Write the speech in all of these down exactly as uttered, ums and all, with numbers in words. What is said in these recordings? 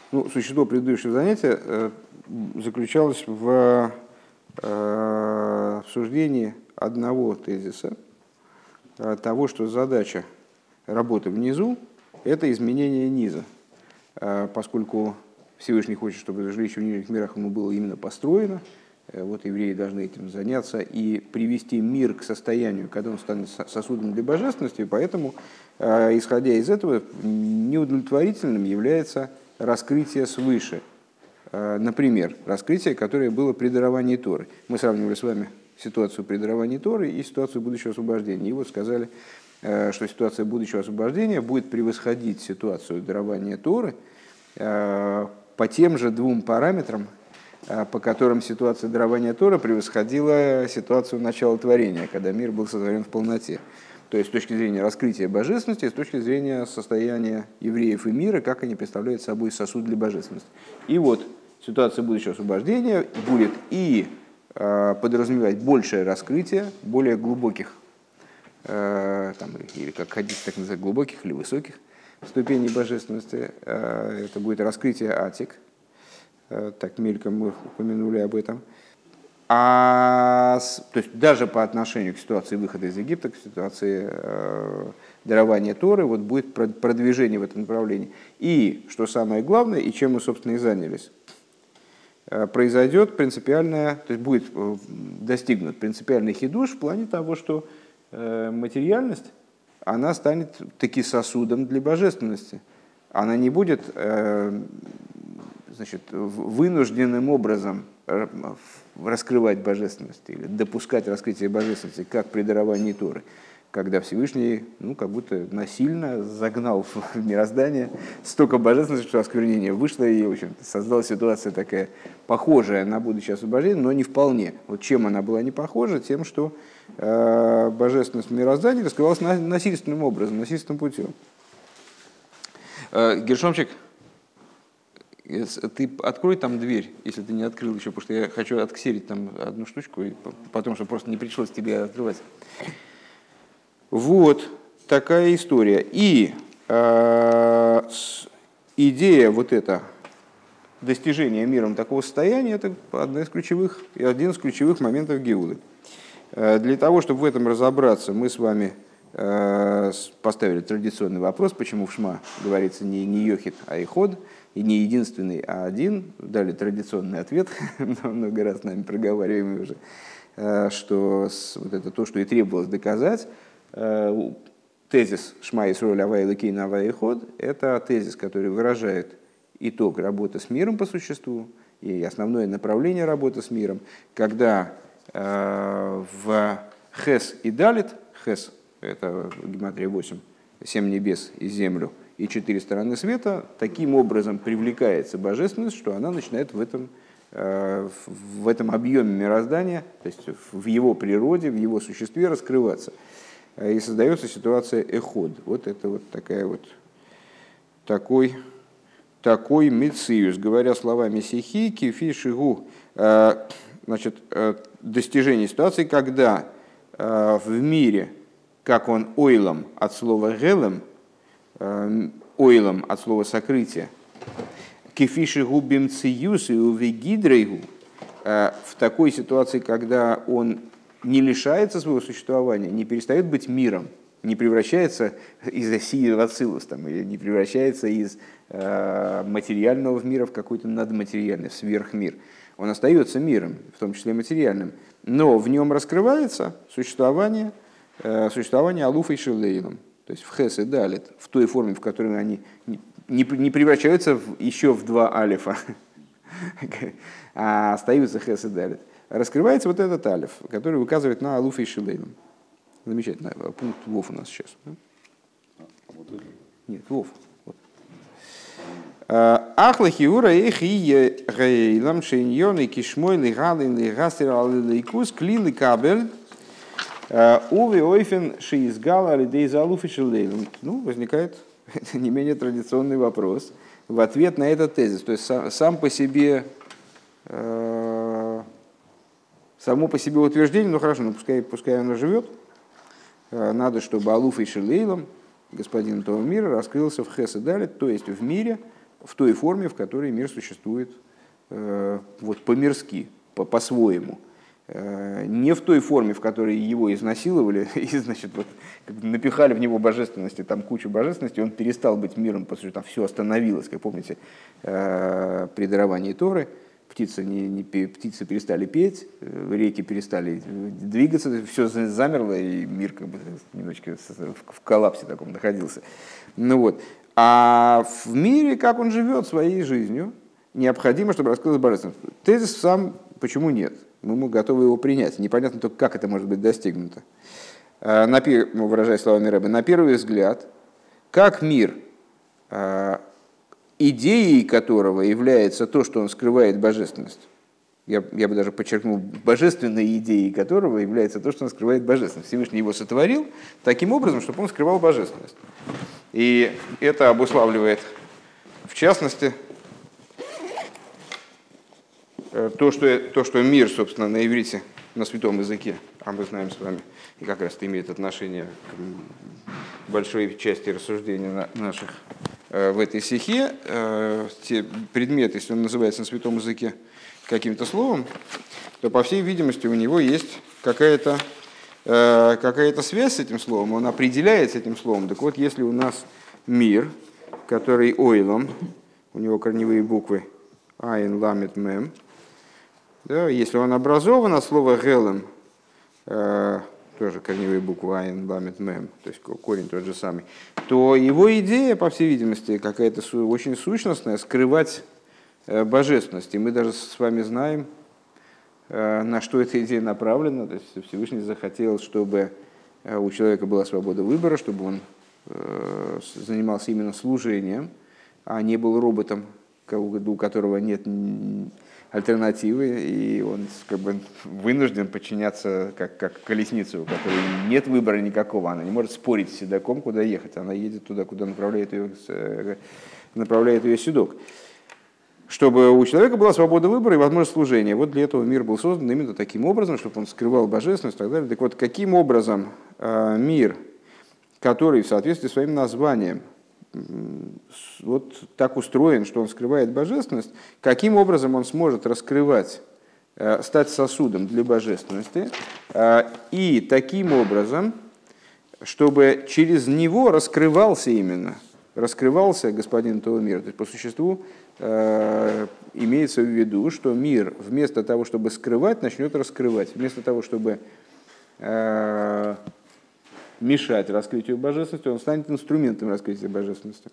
Ну, существо предыдущего занятия э, заключалось в э, обсуждении одного тезиса, э, того, что задача работы внизу — это изменение низа, э, поскольку Всевышний хочет, чтобы жилище в нижних мирах ему было именно построено. э, Вот евреи должны этим заняться и привести мир к состоянию, когда он станет сосудом для божественности, и поэтому, э, исходя из этого, неудовлетворительным является раскрытие свыше. Например, раскрытие, которое было при даровании Торы. Мы сравнивали с вами ситуацию при даровании Торы и ситуацию будущего освобождения. И вот сказали, что ситуация будущего освобождения будет превосходить ситуацию дарования Торы по тем же двум параметрам, по которым ситуация дарования Торы превосходила ситуацию начала творения, когда мир был сотворен в полноте. То есть с точки зрения раскрытия божественности, с точки зрения состояния евреев и мира, как они представляют собой сосуд для божественности. И вот ситуация будущего освобождения будет и э, подразумевать большее раскрытие более глубоких, э, там, или как хотите так называть, глубоких или высоких ступеней божественности. Э, это будет раскрытие атик. Э, так мельком мы упомянули об этом. А, то есть даже по отношению к ситуации выхода из Египта, к ситуации э, дарования Торы, вот будет продвижение в этом направлении. И, что самое главное, и чем мы, собственно, и занялись, э, произойдет принципиальное, то есть будет э, достигнут принципиальный хидуш в плане того, что э, материальность, она станет таки сосудом для божественности. Она не будет э, значит, вынужденным образом раскрывать божественность или допускать раскрытие божественности, как при даровании Торы, когда Всевышний ну, как будто насильно загнал в мироздание столько божественности, что осквернение вышло, и в общем, создала ситуация такая похожая на будущее освобождение, но не вполне. Вот чем она была не похожа? Тем, что э, божественность мироздания раскрывалась на, насильственным образом, насильственным путем. Э, Гершомчик, ты открой там дверь, если ты не открыл еще, потому что я хочу отксерить там одну штучку, и потом, чтобы просто не пришлось тебе открывать. Вот такая история. И э, идея вот эта, достижения миром такого состояния, это одна из ключевых, один из ключевых моментов Геулы. Э, для того, чтобы в этом разобраться, мы с вами э, поставили традиционный вопрос, почему в Шма говорится не, не Йохид, а Иход, и не единственный, а один. Дали традиционный ответ, много раз с нами проговариваем уже, что вот это то, что и требовалось доказать. Тезис «Шма Исроэль Авай Элокейн Авай Эход» — это тезис, который выражает итог работы с миром по существу и основное направление работы с миром, когда в Хес и Далит, Хес — это гематрия восемь, семь небес и землю, и четыре стороны света, таким образом привлекается божественность, что она начинает в этом, в этом объеме мироздания, то есть в его природе, в его существе раскрываться. И создается ситуация эход. Вот это вот такая вот такой, такой мециус. Говоря словами сихи, кифи шигу, значит, достижение ситуации, когда в мире, как он ойлом от слова гелем, ойлом от слова сокрытие, кефиши губим циюс и увегидрейгу, в такой ситуации, когда он не лишается своего существования, не перестает быть миром, не превращается из России в Ацилус, там, или не превращается из э, материального мира в какой-то надматериальный, в сверхмир. Он остается миром, в том числе материальным, но в нем раскрывается существование, э, существование Алуфа и Шилейлом. То есть в Хес и Далит, в той форме, в которой они не, не превращаются в, еще в два алифа, а остаются Хес и Далит. Раскрывается вот этот алиф, который указывает на Алуфа и Шилейлом. Замечательно. Пункт Вов у нас сейчас. Нет, Вов. Ахла хиура эхи гейлам шейньон и кишмой лигалин лигастер алилейкус клили кабель уве ойфен шиизгала алидей за Алуфа и Шилейлом. Ну, возникает не менее традиционный вопрос в ответ на этот тезис. То есть сам, сам по себе само по себе утверждение, ну хорошо, ну пускай, пускай оно живет. Надо, чтобы Алуфа и Шилейлом, господин этого мира, раскрылся в Хес и Далит, то есть в мире, в той форме, в которой мир существует вот, по-мирски, по- по-своему. Не в той форме, в которой его изнасиловали и, значит, вот, напихали в него божественности, там кучу божественности, он перестал быть миром, потому что там все остановилось, как помните, при даровании Торы. Птицы, не, не, птицы перестали петь, реки перестали двигаться, все замерло, и мир как бы немножечко в коллапсе таком находился. Ну вот. А в мире, как он живет своей жизнью, необходимо, чтобы раскрылась божественность. Тезис сам почему нет? Мы готовы его принять. Непонятно только, как это может быть достигнуто. На, выражая словами Рэбе, на первый взгляд, как мир, идеей которого является то, что он скрывает божественность. Я, я бы даже подчеркнул, божественной идеей которого является то, что он скрывает божественность. Всевышний его сотворил таким образом, чтобы он скрывал божественность. И это обуславливает, в частности, то, что, то, что мир, собственно, на иврите, на святом языке, а мы знаем с вами, и как раз это имеет отношение к большой части рассуждения наших в этой сихе, те предметы, если он называется на святом языке каким-то словом, то, по всей видимости, у него есть какая-то какая-то связь с этим словом, он определяется этим словом. Так вот, если у нас мир, который ойлом, у него корневые буквы айн, ламет, мем, да, если он образован от слова гелем, тоже корневые буквы айн, ламет, мем, то есть корень тот же самый, то его идея, по всей видимости, какая-то очень сущностная, скрывать божественность. И мы даже с вами знаем, на что эта идея направлена. То есть Всевышний захотел, чтобы у человека была свобода выбора, чтобы он занимался именно служением, а не был роботом, у которого нет альтернативы, и он как бы вынужден подчиняться как, как колеснице, у которой нет выбора никакого, она не может спорить с седоком, куда ехать, она едет туда, куда направляет ее, направляет ее седок. Чтобы у человека была свобода выбора и возможность служения. Вот для этого мир был создан именно таким образом, чтобы он скрывал божественность и так далее. Так вот, каким образом мир, который в соответствии с своим названием вот так устроен, что он скрывает божественность, каким образом он сможет раскрывать, стать сосудом для божественности, и таким образом, чтобы через него раскрывался именно, раскрывался господин этого мира. То есть по существу имеется в виду, что мир вместо того, чтобы скрывать, начнет раскрывать, вместо того, чтобы мешать раскрытию божественности, он станет инструментом раскрытия божественности.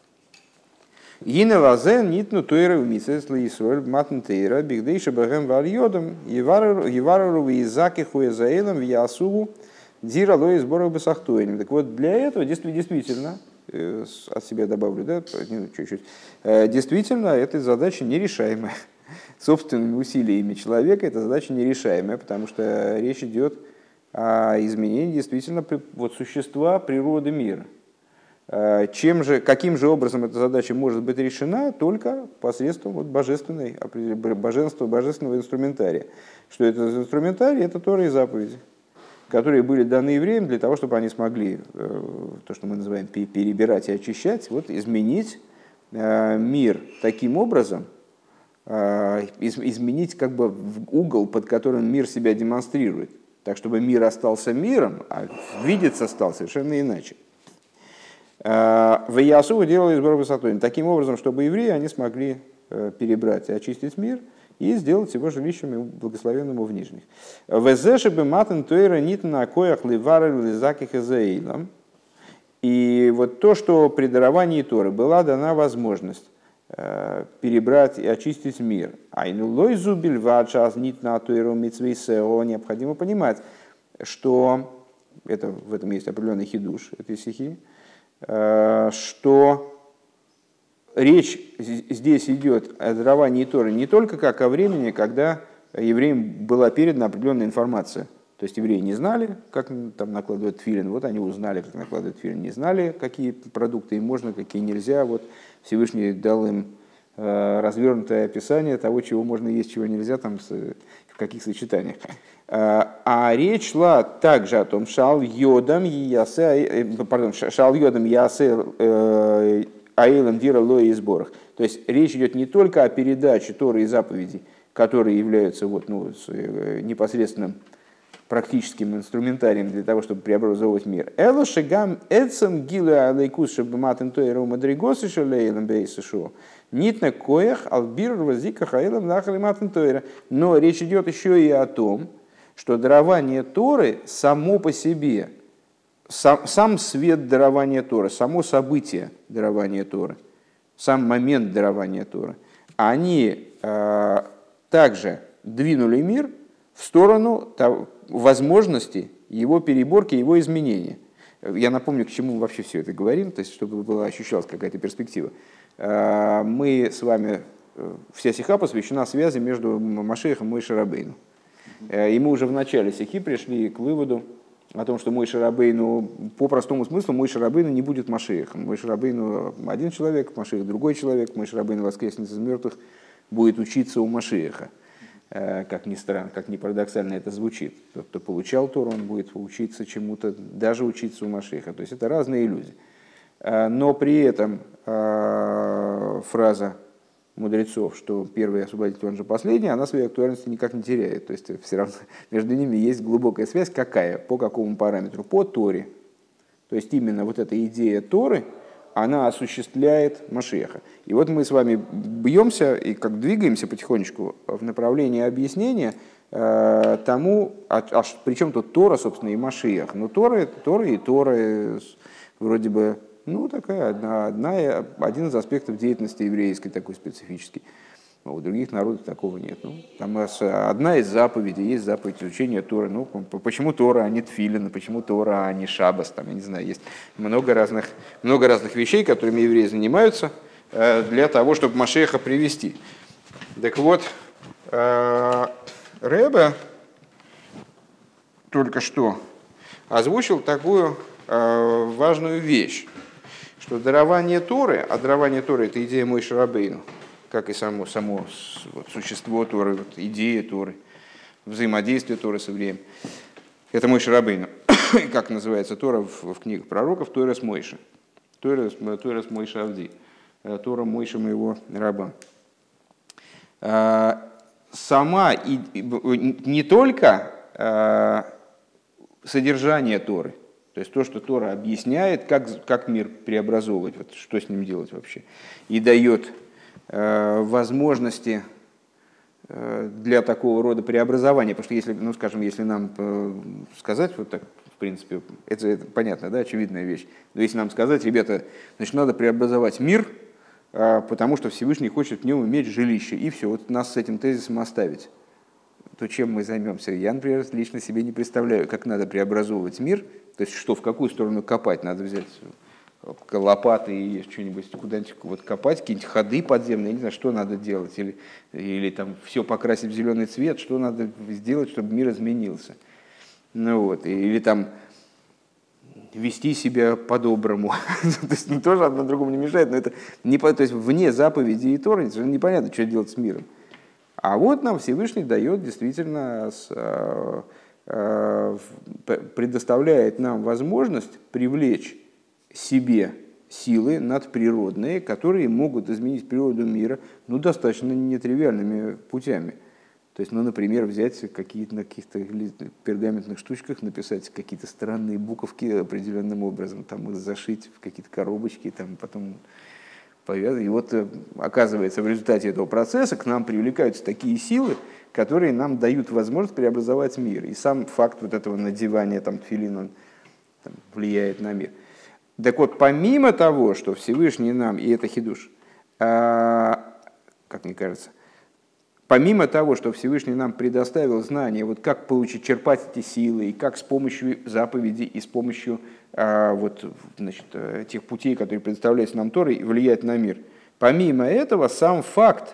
Гине лазен нитну тойра умисес лиисроль матн тейра бигдейша бэгэм вальёдам еварару виизаки хуэзаэлам виясугу дира лои сборах бэсахтуэнем. Так вот, для этого действительно, от себя добавлю, да, чуть-чуть, действительно, эта задача нерешаемая. Собственными усилиями человека эта задача нерешаемая, потому что речь идет о изменении действительно вот, существа природы мира. Чем же, каким же образом эта задача может быть решена? Только посредством вот, божественной, божественного, божественного инструментария. Что это за инструментарий? Это Тора и заповеди, которые были даны евреям для того, чтобы они смогли, то, что мы называем перебирать и очищать, вот, изменить мир таким образом, изменить как бы угол, под которым мир себя демонстрирует. Так, чтобы мир остался миром, а видеться стал совершенно иначе. В Ясуву делали сбор высотой. Таким образом, чтобы евреи они смогли перебрать и очистить мир и сделать его жилищем благословенным в нижних. И вот то, что при даровании Торы была дана возможность перебрать и очистить мир. Необходимо понимать, что это, в этом есть определенный хидуш этой сихи, что речь здесь идет о даровании Торы не только как о времени, когда евреям была передана определенная информация. То есть евреи не знали, как там накладывать тфилин, вот они узнали, как накладывать тфилин, не знали, какие продукты им можно, какие нельзя. Вот Всевышний дал им развернутое описание того, чего можно есть, чего нельзя, там, в каких сочетаниях. А речь шла также о том, шал йодам ясе, пардон, шал йодам ясе аилам дира лои и сборах. То есть речь идет не только о передаче Торы и заповедей, которые являются вот, ну, непосредственным практическим инструментарием для того, чтобы преобразовывать мир. Эло шагам эцем гилу алейкус шабматен тойру мадригосы шалейлам бейсишо. Нитна коях албир вазика хаилам нахалиматен тойра. Но речь идет еще и о том, что дарование Торы само по себе, сам, сам свет дарования Торы, само событие дарования Торы, сам момент дарования Торы, они э, также двинули мир в сторону того, возможности его переборки, его изменения. Я напомню, к чему мы вообще все это говорим, то есть, чтобы была, ощущалась какая-то перспектива. Мы с вами, вся сиха посвящена связи между Машиахом и Моше Рабейну. И мы уже в начале сихи пришли к выводу о том, что Моше Рабейну, по простому смыслу, Моше Рабейну не будет Машиахом. Моше Рабейну один человек, Машиах другой человек, Моше Рабейну воскреснет из мертвых, будет учиться у Машиаха. Как ни странно, как ни парадоксально это звучит. Тот, кто получал Тору, он будет учиться чему-то, даже учиться у Машиаха. То есть это разные люди. Но при этом фраза мудрецов, что первый освободитель, он же последний, она своей актуальности никак не теряет. То есть все равно между ними есть глубокая связь. Какая? По какому параметру? По Торе. То есть именно вот эта идея Торы, она осуществляет Машиаха. И вот мы с вами бьемся и как двигаемся потихонечку в направлении объяснения э, тому, а, а, причем тут Тора, собственно, и Машиах. Но Тора, Тора и Тора вроде бы, ну, такая одна, одна, один из аспектов деятельности еврейской, такой специфический. А у других народов такого нет. Ну, там одна из заповедей, есть заповедь изучения Торы. Ну, почему Тора, а не Тфилин, почему Тора, а не Шаббас, там, я не знаю, есть много разных, много разных вещей, которыми евреи занимаются для того, чтобы Машиаха привести. Так вот, Ребе только что озвучил такую важную вещь, что дарование Торы, а дарование Торы – это идея Моше Рабейну, как и само, само вот, существо Торы, вот, идея Торы, взаимодействие Торы с евреем. Это Моше Рабейну. Как называется Тора в, в книгах пророков? Тора с Моше. Тора, Тора с Моше Авди. Тора Моше моего раба. Сама, и, не только содержание Торы, то есть то, что Тора объясняет, как, как мир преобразовывать, вот, что с ним делать вообще, и дает возможности для такого рода преобразования. Потому что если, ну, скажем, если нам сказать, вот так, в принципе, это, это понятно, да, очевидная вещь, но если нам сказать, ребята, значит, надо преобразовать мир, потому что Всевышний хочет в нем иметь жилище, и все, вот нас с этим тезисом оставить, то чем мы займемся? Я, например, лично себе не представляю, как надо преобразовывать мир, то есть что, в какую сторону копать, надо взять лопаты и что-нибудь куда-нибудь вот копать, какие-нибудь ходы подземные, я не знаю, что надо делать, или, или там все покрасить в зеленый цвет, что надо сделать, чтобы мир изменился. Ну, вот, или там вести себя по-доброму. То есть ну, тоже одно другому не мешает, но это не, то есть вне заповеди и Торы непонятно, что делать с миром. А вот нам Всевышний дает действительно, с, э, э, предоставляет нам возможность привлечь себе силы надприродные, которые могут изменить природу мира ну, достаточно нетривиальными путями. То есть, ну, например, взять какие-то на каких-то пергаментных штучках, написать какие-то странные буковки определенным образом, там, их зашить в какие-то коробочки, там, потом повязать. И вот оказывается, в результате этого процесса к нам привлекаются такие силы, которые нам дают возможность преобразовать мир. И сам факт вот этого надевания там, тфилин, он там, влияет на мир. Так вот, помимо того, что Всевышний нам, и это хидуш, а, как мне кажется, помимо того, что Всевышний нам предоставил знания, вот как получить, черпать эти силы, и как с помощью заповедей и с помощью а, вот, значит, тех путей, которые предоставляются нам Торой, влиять на мир. Помимо этого, сам факт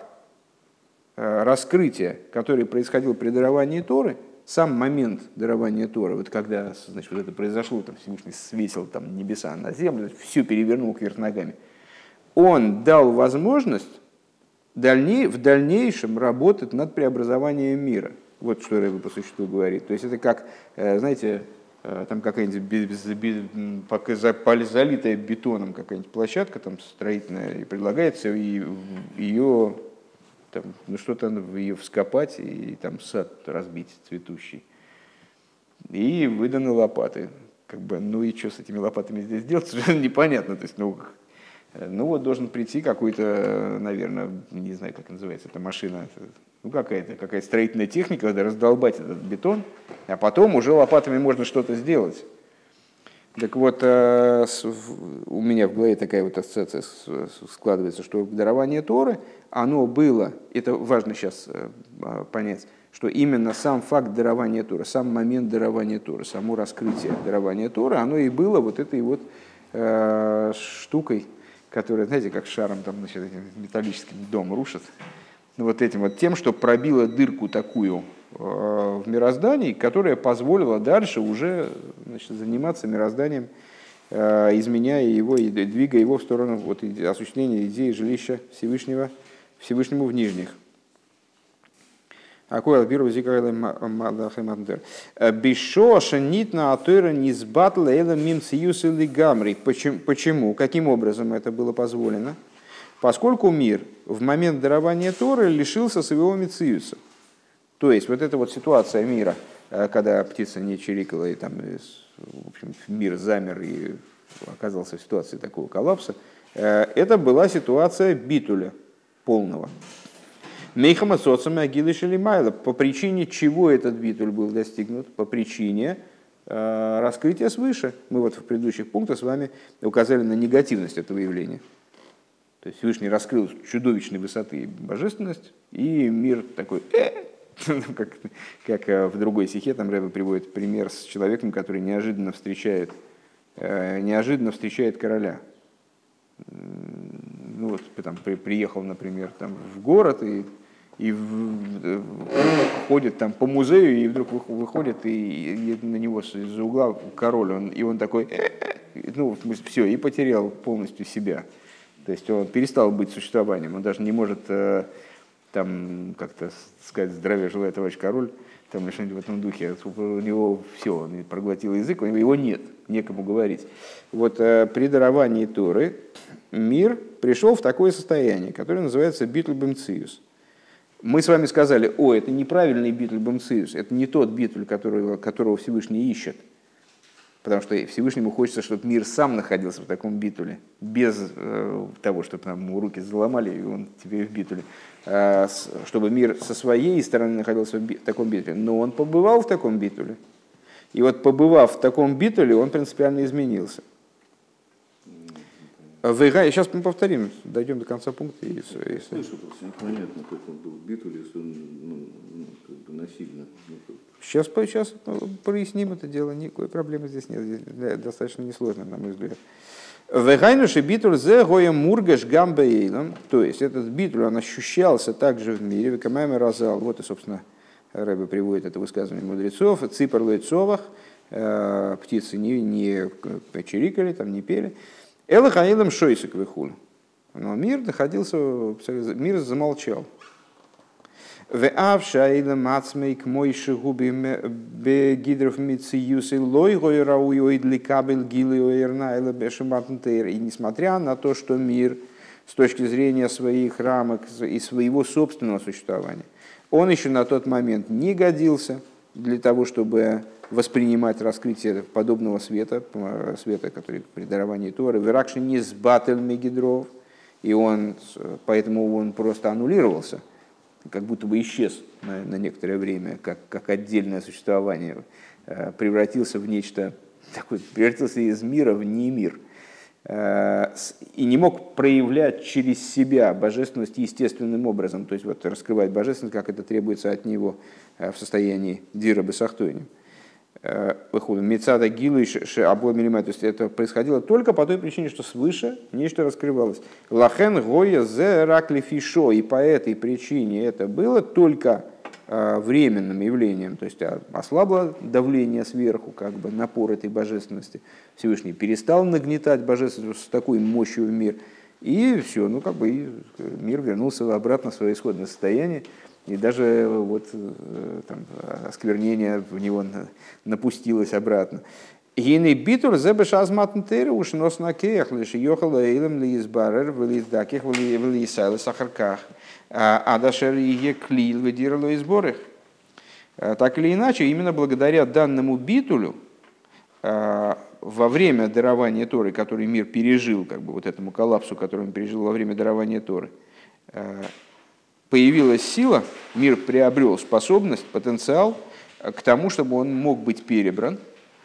а, раскрытия, который происходил при даровании Торы, сам момент дарования Торы, вот когда значит, вот это произошло, там, Всевышний свесил там, небеса на землю, все перевернул кверх ногами, он дал возможность дальней, в дальнейшем работать над преобразованием мира. Вот что Ребе по существу говорит. То есть это как, знаете, там какая-нибудь залитая бетоном какая-нибудь площадка там строительная, и предлагается ее, там, ну что-то ее вскопать и там сад разбить цветущий. И выданы лопаты. Как бы, ну и что с этими лопатами здесь делать, совершенно непонятно. То есть, ну, ну вот должен прийти какой-то, наверное, не знаю, как называется эта машина, ну какая-то какая строительная техника, надо раздолбать этот бетон, а потом уже лопатами можно что-то сделать. Так вот, у меня в голове такая вот ассоциация складывается, что дарование Торы, оно было, это важно сейчас понять, что именно сам факт дарования Торы, сам момент дарования Торы, само раскрытие дарования Торы, оно и было вот этой вот э, штукой, которая, знаете, как шаром там, значит, этим металлическим дом рушит, вот этим вот тем, что пробило дырку такую э, в мироздании, которая позволила дальше уже, значит, заниматься мирозданием, э, изменяя его и двигая его в сторону вот, осуществления идеи жилища Всевышнего, Всевышнему в нижних. Почему? Каким образом это было позволено? Поскольку мир в момент дарования Торы лишился своего мециуса. То есть вот эта вот ситуация мира, когда птица не чирикала, и там, в общем, мир замер и оказался в ситуации такого коллапса, это была ситуация битуля полного. Мейхама соцами агилы шелимайла. По причине чего этот битуль был достигнут? По причине э, раскрытия свыше. Мы вот в предыдущих пунктах с вами указали на негативность этого явления. То есть Всевышний раскрыл чудовищной высоты божественность, и мир такой, э, как, как в другой стихе, там Ребе приводит пример с человеком, который неожиданно встречает, э, неожиданно встречает короля. Ну вот, там, при, приехал, например, там, в город и, и в, в, ходит там по музею, и вдруг выходит, и, и на него из-за угла король, он, и он такой, ну, все, и потерял полностью себя. То есть он перестал быть существованием, он даже не может там как-то сказать «здравия желаю, товарищ король», там или что-нибудь в этом духе. У него все, он проглотил язык, у него его нет, некому говорить. Вот при даровании Торы мир пришел в такое состояние, которое называется битуль бемциус. Мы с вами сказали, о, это неправильный битуль бемциус, это не тот битуль, которого, которого Всевышний ищет. Потому что Всевышнему хочется, чтобы мир сам находился в таком битуле, без э, того, чтобы там ему руки заломали, и он теперь в битуле. А, с, чтобы мир со своей стороны находился в, би, в таком битуле. Но он побывал в таком битуле. И вот побывав в таком битуле, он принципиально изменился. Сейчас мы повторим, дойдем до конца пункта. И, и... Слышу, просто непонятно, как он был в битуле, если он ну, ну, как бы насильно. Ну, как... Сейчас, сейчас проясним это дело, никакой проблемы здесь нет, здесь достаточно несложно, на мой взгляд. Вегайнуши битуль зе гоя мургаш гамбейлом, то есть этот битуль, он ощущался также в мире, векамайме разал, вот и, собственно, Ребе приводит это высказывание мудрецов, ципар лойцовах, птицы не, не чирикали, там, не пели, Эла хаилам шойсик вихуль. Но мир находился, мир замолчал. Веав шаилам мацмейк мойши губи бегидров мициюсы лой гой рауйоид ликабель гилы ойрнайла бешематнтейр. И несмотря на то, что мир с точки зрения своих рамок и своего собственного существования, он еще на тот момент не годился для того, чтобы воспринимать раскрытие подобного света, света, который при даровании Торы, виракши не сбатель мегидров, и он, поэтому он просто аннулировался, как будто бы исчез на, на некоторое время, как, как отдельное существование, превратился в нечто такое, превратился из мира в не мир, и не мог проявлять через себя божественность естественным образом, то есть вот раскрывать божественность, как это требуется от него в состоянии дира бесахтойним. Мецада гилу обломили, то есть это происходило только по той причине, что свыше нечто раскрывалось. Лахен гоя зе ракли фишо, и по этой причине это было только временным явлением, то есть ослабло давление сверху, как бы напор этой божественности. Всевышний перестал нагнетать божественность с такой мощью в мир, И все, ну как бы и мир вернулся обратно в свое исходное состояние. И даже вот там, осквернение в него напустилось обратно. Гины битур зебе шазматнтер уж нос на кеях лишь ехала илем ли избарер в лиздаких в лисайлы сахарках. А дашер ее клил выдирало и сборы. Так или иначе, именно благодаря данному битулю во время дарования Торы, который мир пережил, как бы вот этому коллапсу, который он пережил во время дарования Торы, появилась сила, мир приобрел способность, потенциал к тому, чтобы он мог быть перебран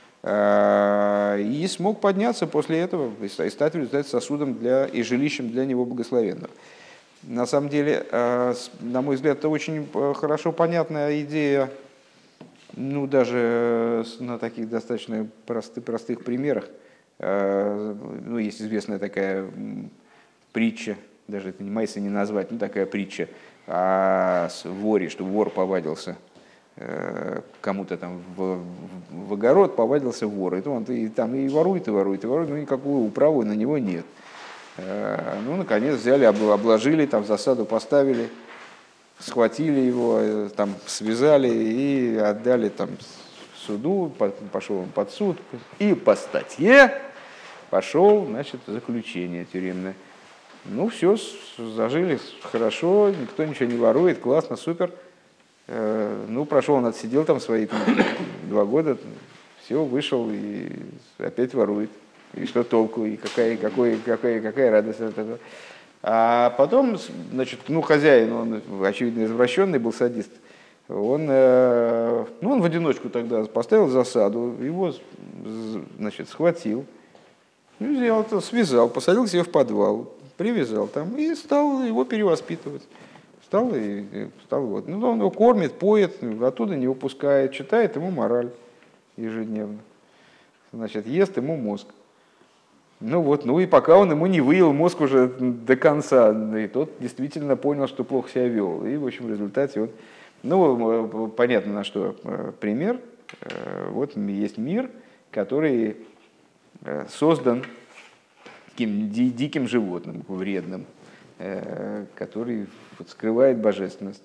и смог подняться после этого и стать в результате сосудом для, и жилищем для него благословенного. На самом деле, на мой взгляд, это очень хорошо понятная идея, ну, даже на таких достаточно простых, простых примерах. Ну, есть известная такая притча, даже это не майса не назвать, ну, такая притча о воре, что вор повадился кому-то там в, в огород, повадился вор, и, он, и там и ворует, и ворует, и ворует, но никакой управы на него нет. Ну, наконец, взяли, обложили, там в засаду поставили, схватили его, там, связали и отдали там, суду, пошел он под суд, и по статье пошел, значит, заключение тюремное. Ну, все, зажили хорошо, никто ничего не ворует, классно, супер. Ну, прошел он, отсидел там свои там, два года, все, вышел и опять ворует. И что толку, и какая, какой, какая, какая радость от этого. А потом, значит, ну, хозяин, он, очевидно, извращенный был садист, он, ну, он в одиночку тогда поставил засаду, его, значит, схватил, взял, связал, посадил к себе в подвал, привязал там и стал его перевоспитывать. Стал и стал вот. Ну, он его кормит, поет, оттуда не выпускает, читает ему мораль ежедневно. Значит, ест ему мозг. Ну вот, ну и пока он ему не выел мозг уже до конца, и тот действительно понял, что плохо себя вел. И, в общем, в результате он... Ну, понятно, на что пример. Вот есть мир, который создан таким диким животным, вредным, который скрывает божественность.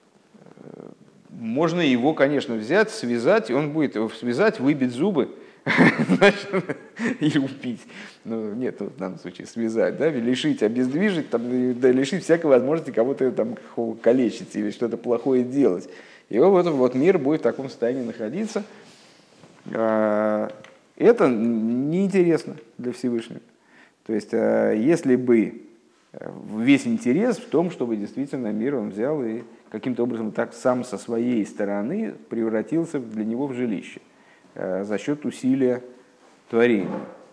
Можно его, конечно, взять, связать, и он будет его связать, выбить зубы, и убить. Ну, нет, в данном случае связать, да, лишить, обездвижить, там, да, лишить всякой возможности кого-то там калечить или что-то плохое делать. И вот, вот мир будет в таком состоянии находиться. Это неинтересно для Всевышнего. То есть, если бы весь интерес в том, чтобы действительно мир он взял и каким-то образом так сам со своей стороны превратился для него в жилище за счет усилия творения.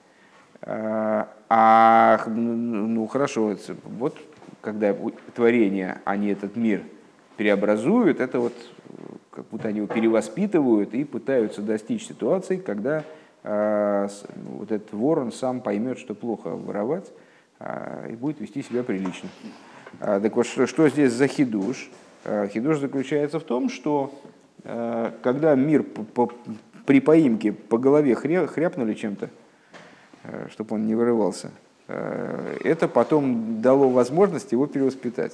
А, ну хорошо, вот когда творение, они этот мир преобразуют, это вот как будто они его перевоспитывают и пытаются достичь ситуации, когда а, вот этот вор, он сам поймет, что плохо воровать, а, и будет вести себя прилично. А, так вот, что, что здесь за хидуш? А, хидуш заключается в том, что а, когда мир по, по, при поимке по голове хря, хряпнули чем-то, а, чтобы он не вырывался, а, это потом дало возможность его перевоспитать.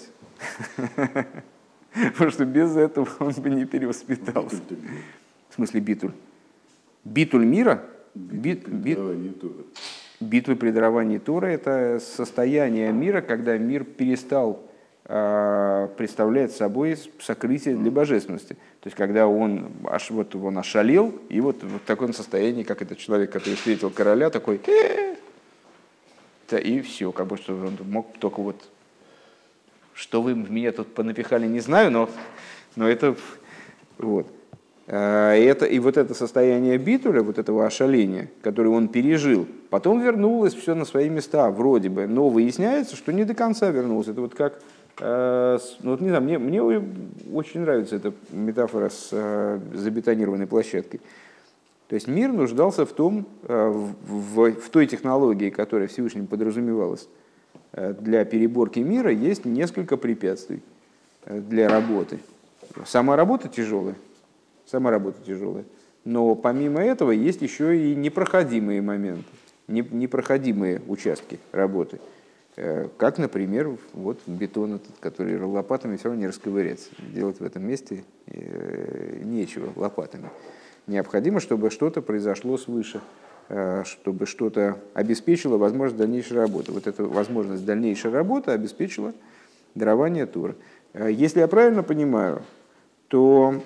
Потому что без этого он бы не перевоспитался. В смысле битуль? Битуль мира? Бит, бит, битуль при даровании Торы – это состояние мира, когда мир перестал э, представлять собой сокрытие для божественности. То есть, когда он, аж, вот, он ошалел, и вот в таком состоянии, как этот человек, который встретил короля, такой, и все, как бы, что он мог только вот... Что вы в меня тут понапихали, не знаю, но, но это, вот. это... И вот это состояние битуля, вот этого ошаления, которое он пережил, потом вернулось все на свои места, вроде бы, но выясняется, что не до конца вернулось. Это вот как, ну, вот не знаю, мне, мне очень нравится эта метафора с забетонированной площадкой. То есть мир нуждался в том, в, в, в той технологии, которая Всевышним подразумевалась, для переборки мира есть несколько препятствий для работы. Сама работа тяжелая, сама работа тяжелая, но помимо этого есть еще и непроходимые моменты, непроходимые участки работы. Как, например, вот бетон этот, который лопатами все равно не расковыряться. Делать в этом месте нечего лопатами. Необходимо, чтобы что-то произошло свыше, чтобы что-то обеспечило возможность дальнейшей работы. Вот эта возможность дальнейшей работы обеспечила дарование Торы. Если я правильно понимаю, то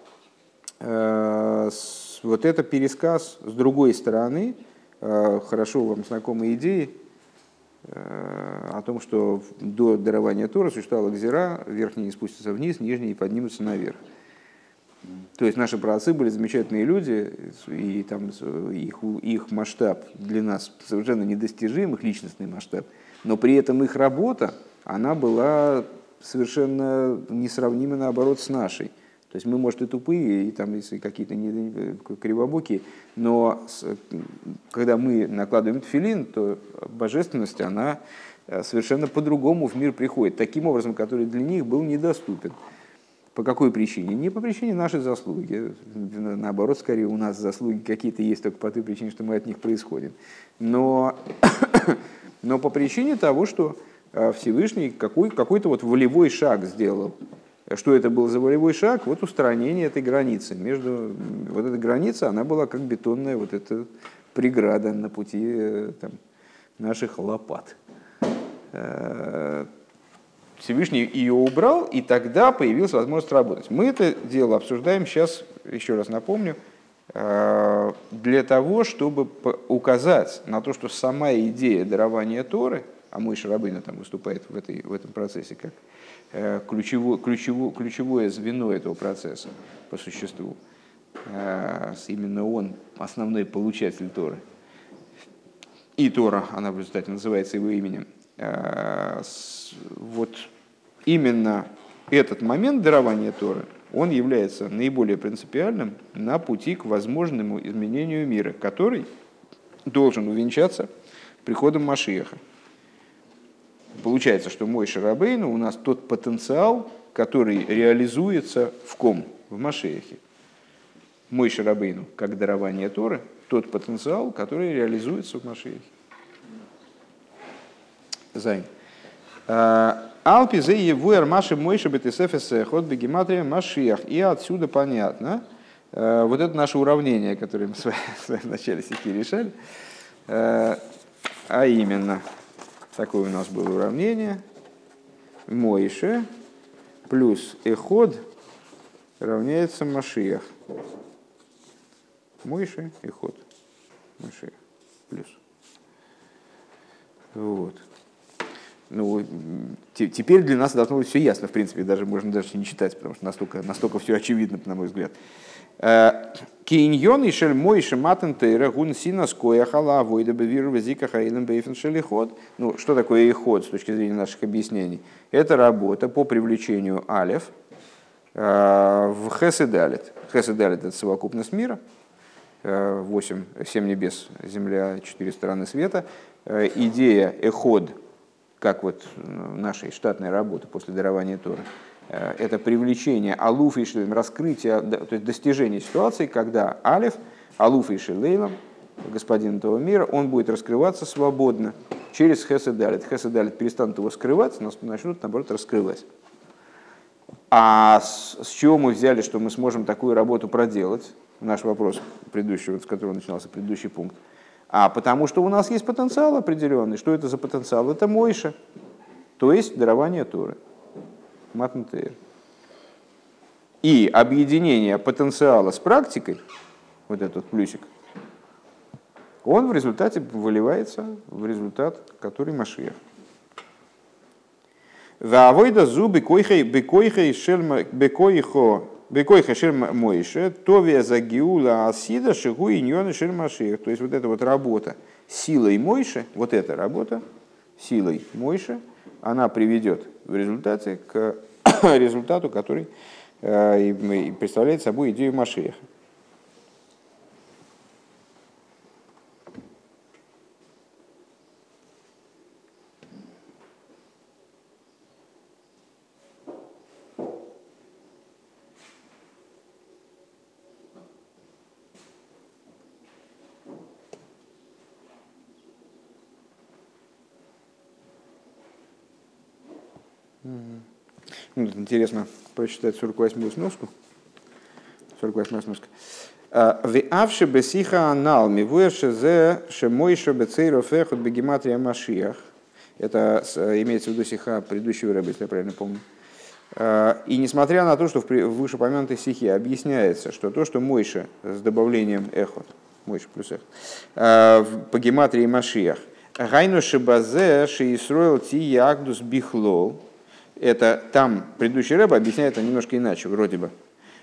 э, с, вот это пересказ с другой стороны, э, хорошо вам знакомой идеи, э, о том, что до дарования Торы существовала гзира, верхние спустятся вниз, нижние поднимутся наверх. То есть наши праотцы были замечательные люди, и там их, их масштаб для нас совершенно недостижим, их личностный масштаб, но при этом их работа, она была совершенно несравнима, наоборот, с нашей. То есть мы, может, и тупые, и там и какие-то не, кривобокие, но с, когда мы накладываем тфилин, то божественность, она совершенно по-другому в мир приходит, таким образом, который для них был недоступен. По какой причине? Не по причине нашей заслуги. Наоборот, скорее у нас заслуги какие-то есть только по той причине, что мы от них происходим. Но, но по причине того, что Всевышний какой, какой-то вот волевой шаг сделал. Что это был за волевой шаг? Вот устранение этой границы. Между, вот эта граница, она была как бетонная вот эта преграда на пути там, наших лопат. Всевышний ее убрал, и тогда появилась возможность работать. Мы это дело обсуждаем сейчас, еще раз напомню, для того, чтобы указать на то, что сама идея дарования Торы, а Моше Рабейну там выступает в, этой, в этом процессе как ключевое, ключевое, ключевое звено этого процесса по существу, именно он основной получатель Торы, и Тора, она в результате называется его именем. Вот именно этот момент дарования Торы, он является наиболее принципиальным на пути к возможному изменению мира, который должен увенчаться приходом Машиаха. Получается, что Моше Рабейну у нас тот потенциал, который реализуется в ком? В Машиахе. Моше Рабейну, как дарование Торы, тот потенциал, который реализуется в Машиахе. Зайн. Алпи зе евуэр маши Моше бетесефес ход бегематрия Машиах. И отсюда понятно, вот это наше уравнение, которое мы с вами в начале стихи решали, а именно, такое у нас было уравнение, Моше плюс эход равняется Машиах. Моше, эход, Машиах плюс. Вот. Ну, теперь для нас должно быть все ясно, в принципе, даже можно даже не читать, потому что настолько, настолько все очевидно, на мой взгляд. Кейньон и шель Моше матен тейра гун синас кояхала авойда бевиру везика хаилем бейфен шелиход. Ну, что такое эход с точки зрения наших объяснений? Это работа по привлечению алеф в хеседалит. Хеседалит — это совокупность мира, восемь, семь небес, земля, четыре стороны света. Идея эход, как вот нашей штатной работы после дарования Торы, это привлечение алуф и шилейлем, раскрытие, то есть достижение ситуации, когда алеф, алуф и шилейлем, господин этого мира, он будет раскрываться свободно через хеседалит. Хеседалит перестанут его скрывать, нас начнут, наоборот, раскрывать. А с, с чего мы взяли, что мы сможем такую работу проделать? Наш вопрос предыдущий, вот, с которого начинался предыдущий пункт. А потому что у нас есть потенциал определенный. Что это за потенциал? Это Моше, то есть дарование Торы. Матен тейр. И объединение потенциала с практикой, вот этот плюсик, он в результате выливается в результат, который Машиах. Ваавойда зу бекойхей шель Моше, товия загиула асида шигу иньоны шель Машиах. То есть вот эта вот работа силой Моше, вот эта работа силой Моше, она приведет в результате к результату, который представляет собой идею Машиаха. Ну, интересно прочитать сорок восьмую сноску. сорок восьмая сноска. «Веавши бесиха анал мивуэши зе шемойши бецейров эхот бегематрия машиях». Это имеется в виду сиха предыдущего рэба, если я правильно помню. И несмотря на то, что в вышеупомянутой сихе объясняется, что то, что Мойша с добавлением эхот, Мойша плюс эхот, по гематрии Машиях, гайну шибазе шиисроил ти ягдус бихлол, это там предыдущий рэба объясняет это немножко иначе, вроде бы,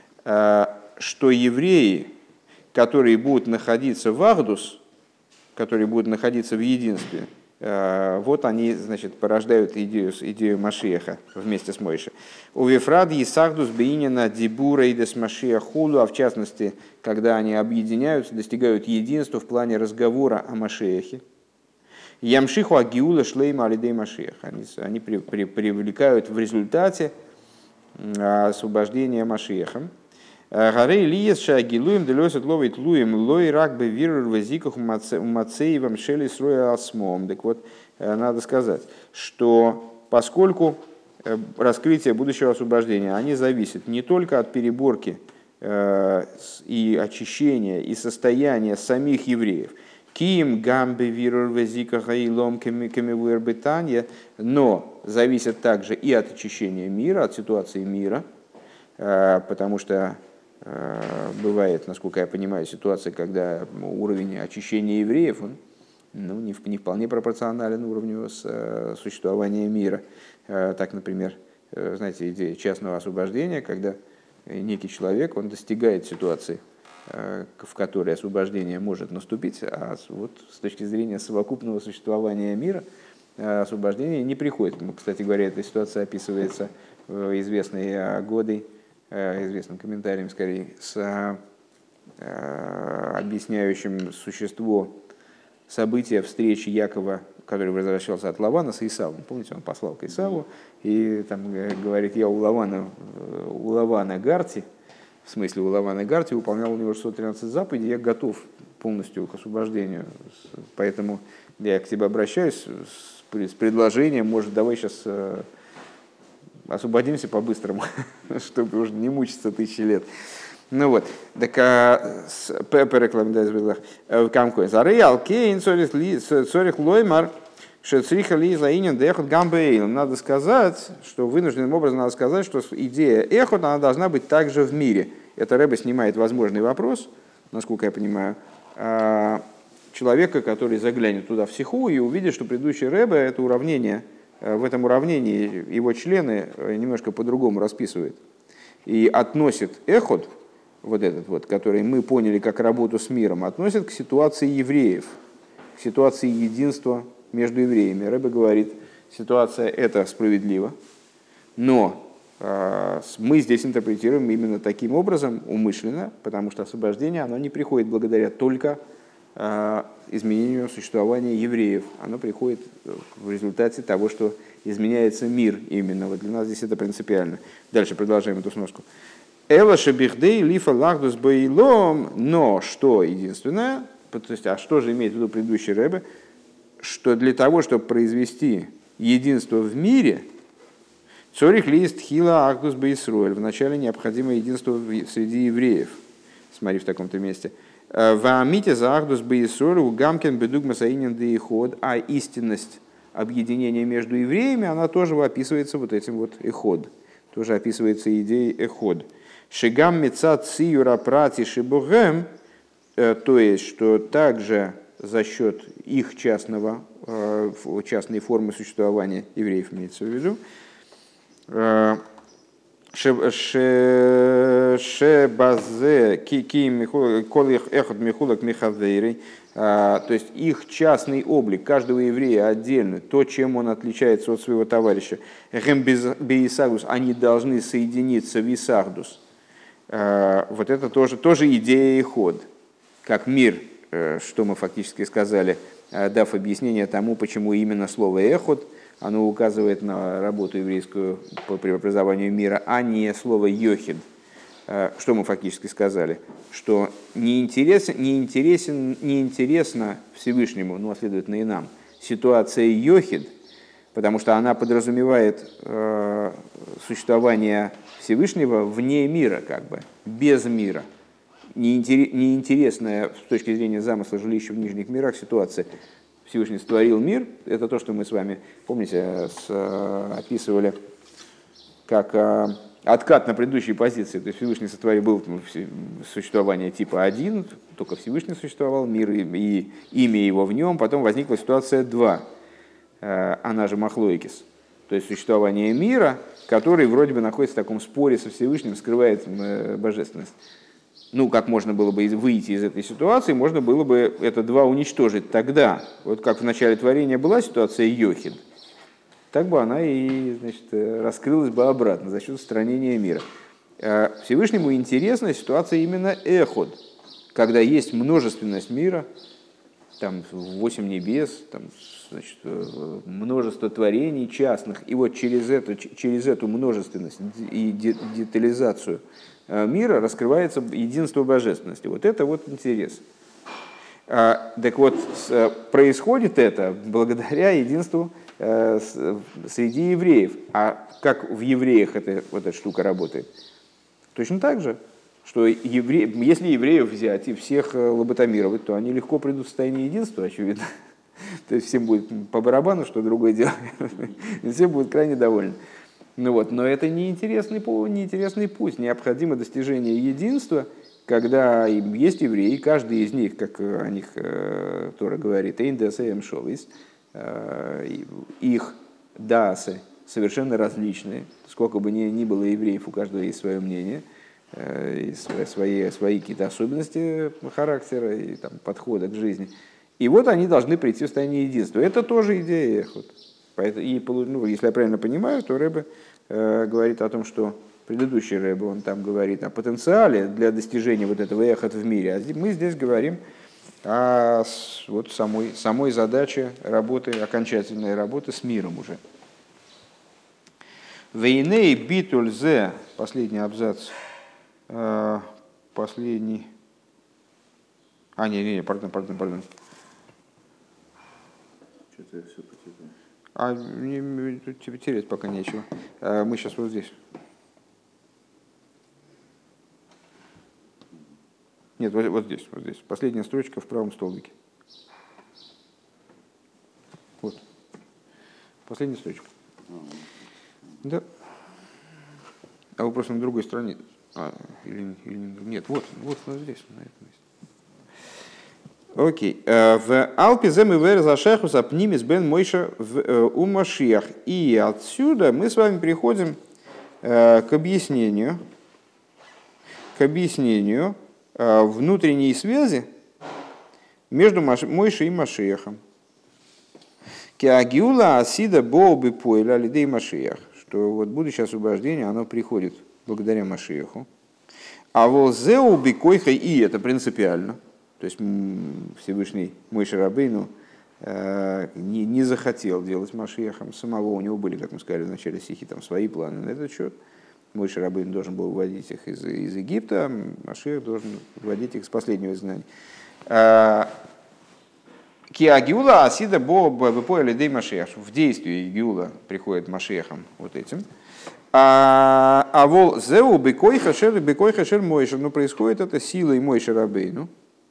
что евреи, которые будут находиться в Ахдус, которые будут находиться в единстве, вот они, значит, порождают идею, идею Машиаха вместе с Мойше. У Вифрад Исахдус Бейнина Дибура Идес Машиах Хулу, а в частности, когда они объединяются, достигают единства в плане разговора о Машиахе. Ямшиху Агиула Шлейма Алидей Машиах. Они, они при, при, привлекают в результате освобождения Машиахом. Гарей лиес шагилуем делёсет ловит луем лой рак бы вирр вазиках мацеевым шели строя осмом. Так вот, надо сказать, что поскольку раскрытие будущего освобождения, они зависят не только от переборки и очищения и состояния самих евреев, ким гамбе вирр вазиках айлом кемивуэр бетанья, но зависят также и от очищения мира, от ситуации мира, потому что бывает, насколько я понимаю, ситуация, когда уровень очищения евреев он, ну, не, не вполне пропорционален уровню с, существования мира. Так, например, знаете, идея частного освобождения, когда некий человек он достигает ситуации, в которой освобождение может наступить, а вот с точки зрения совокупного существования мира освобождение не приходит. Кстати говоря, эта ситуация описывается известной Годой, известным комментарием, скорее, с э, объясняющим существо события встречи Якова, который возвращался от Лавана с Исавом. Помните, он послал к Исаву и там говорит: я у Лавана, у Лавана Гарти, в смысле у Лавана Гарти, выполнял у него шестьсот тринадцать заповедей, я готов полностью к освобождению, поэтому я к тебе обращаюсь с, с предложением, может, давай сейчас э, освободимся по-быстрому, чтобы уже не мучиться тысячи лет. Ну вот, так перекламдайзвилах камкой. Зарей алкейн сорих лоймар шецриха ли заинен дехот гамбейл. Надо сказать, что вынужденным образом надо сказать, что идея эхот, она должна быть также в мире. Это Рэбе снимает возможный вопрос, насколько я понимаю, человека, который заглянет туда в сиху и увидит, что предыдущий Рэбе это уравнение. В этом уравнении его члены немножко по-другому расписывают и относят эхот, вот этот вот, который мы поняли как работу с миром, относят к ситуации евреев, к ситуации единства между евреями. Рэбе говорит, ситуация эта справедлива, но э, мы здесь интерпретируем именно таким образом, умышленно, потому что освобождение оно не приходит благодаря только изменению существования евреев. Оно приходит в результате того, что изменяется мир именно. Вот для нас здесь это принципиально. Дальше продолжаем эту сноску. Эла шебихдей лифа лахдус баилом, но что единственное, то есть, а что же имеет в виду предыдущий Рэбе, что для того, чтобы произвести единство в мире, цорих лист хила ахдус баисруэль, вначале необходимо единство среди евреев. Смотри в таком-то месте. Ваамите за ахдус баисруэль у гамкин бедугма саинен деиход, а истинность объединения между евреями, она тоже описывается вот этим вот эход. Тоже описывается идеей эход. Шигам мецат сиюра прати шибугэм, то есть, что также за счет их частного, частной формы существования евреев, имеется в виду, шебазе ки колих эхот михулак михавейрей, то есть их частный облик каждого еврея отдельно, то, чем он отличается от своего товарища, они должны соединиться в Исахдус. Вот это тоже, тоже идея эход, как мир, что мы фактически сказали, дав объяснение тому, почему именно слово эход, оно указывает на работу еврейскую по преобразованию мира, а не слово йохид. Что мы фактически сказали? Что не интересен, не интересен, не интересно Всевышнему, ну, а следовательно и нам, ситуация йохид, потому что она подразумевает э, существование Всевышнего вне мира, как бы, без мира. Неинтересная с точки зрения замысла жилища в нижних мирах ситуация. Всевышний сотворил мир, это то, что мы с вами, помните, с, описывали как э, откат на предыдущие позиции. То есть Всевышний сотворил, был существование типа один, только Всевышний существовал, мир и, и имя его в нем, потом возникла ситуация два, э, она же Махлоикис, то есть существование мира, который вроде бы находится в таком споре со Всевышним, скрывает э, божественность. Ну, как можно было бы выйти из этой ситуации, можно было бы это два уничтожить тогда. Вот как в начале творения была ситуация Йохид, так бы она и, значит, раскрылась бы обратно за счет устранения мира. Всевышнему интересна ситуация именно эход, когда есть множественность мира, там восемь небес, там, значит, множество творений частных, и вот через, это, через эту множественность и детализацию мира раскрывается единство божественности. Вот это вот интерес. Так вот, происходит это благодаря единству среди евреев. А как в евреях эта, вот эта штука работает? Точно так же, что евре... если евреев взять и всех лоботомировать, то они легко придут в состояние единства, очевидно. То есть всем будет по барабану, что другое дело. И все будут крайне довольны. Ну вот, но это неинтересный, неинтересный путь. Необходимо достижение единства, когда есть евреи, каждый из них, как о них Тора говорит, их даасы совершенно различные. Сколько бы ни, ни было евреев, у каждого есть свое мнение, свои, свои какие-то особенности характера и там, подхода к жизни. И вот они должны прийти в состояние единства. Это тоже идея эхот. И, ну, если я правильно понимаю, то Ребе э, говорит о том, что предыдущий Ребе, он там говорит о потенциале для достижения вот этого эхот в мире, а мы здесь говорим о вот самой, самой задаче работы, окончательной работы с миром уже. Вейней битуль зе, последний абзац, э, последний, а не, не, не, пардон, пардон, пардон. Что-то я все потерял. А мне, тут тебе терять пока нечего. А мы сейчас вот здесь. Нет, вот, вот здесь, вот здесь. Последняя строчка в правом столбике. Вот. Последняя строчка. Да. А вы просто на другой стороне. А, или, или нет, вот, вот, вот здесь, на этом месте. Окей. В Алпе зем и вер зашехус апнимис бен мойша у Машиах. И отсюда мы с вами переходим к объяснению, к объяснению внутренней связи между Мойшей и Машиахом. Кеагиула асида боуби пойла лидей Машиах. Что вот будущее освобождение, оно приходит благодаря Машиаху. А волзеу бикойха, и это принципиально. То есть Всевышний Мойше Рабейну э, не, не захотел делать Машиахом самого. У него были, как мы сказали в начале стихи, там свои планы на этот счет. Мойше Рабейну должен был выводить их из, из Египта, а Машиах должен выводить их с последнего изгнания. Киагиула асида бо бепоя лидей Машиах. В действии Гиула приходит Машиахом вот этим. А вол зеу бекой хашер бекой хашер Мойше. Но происходит это силой Мойше Рабейну.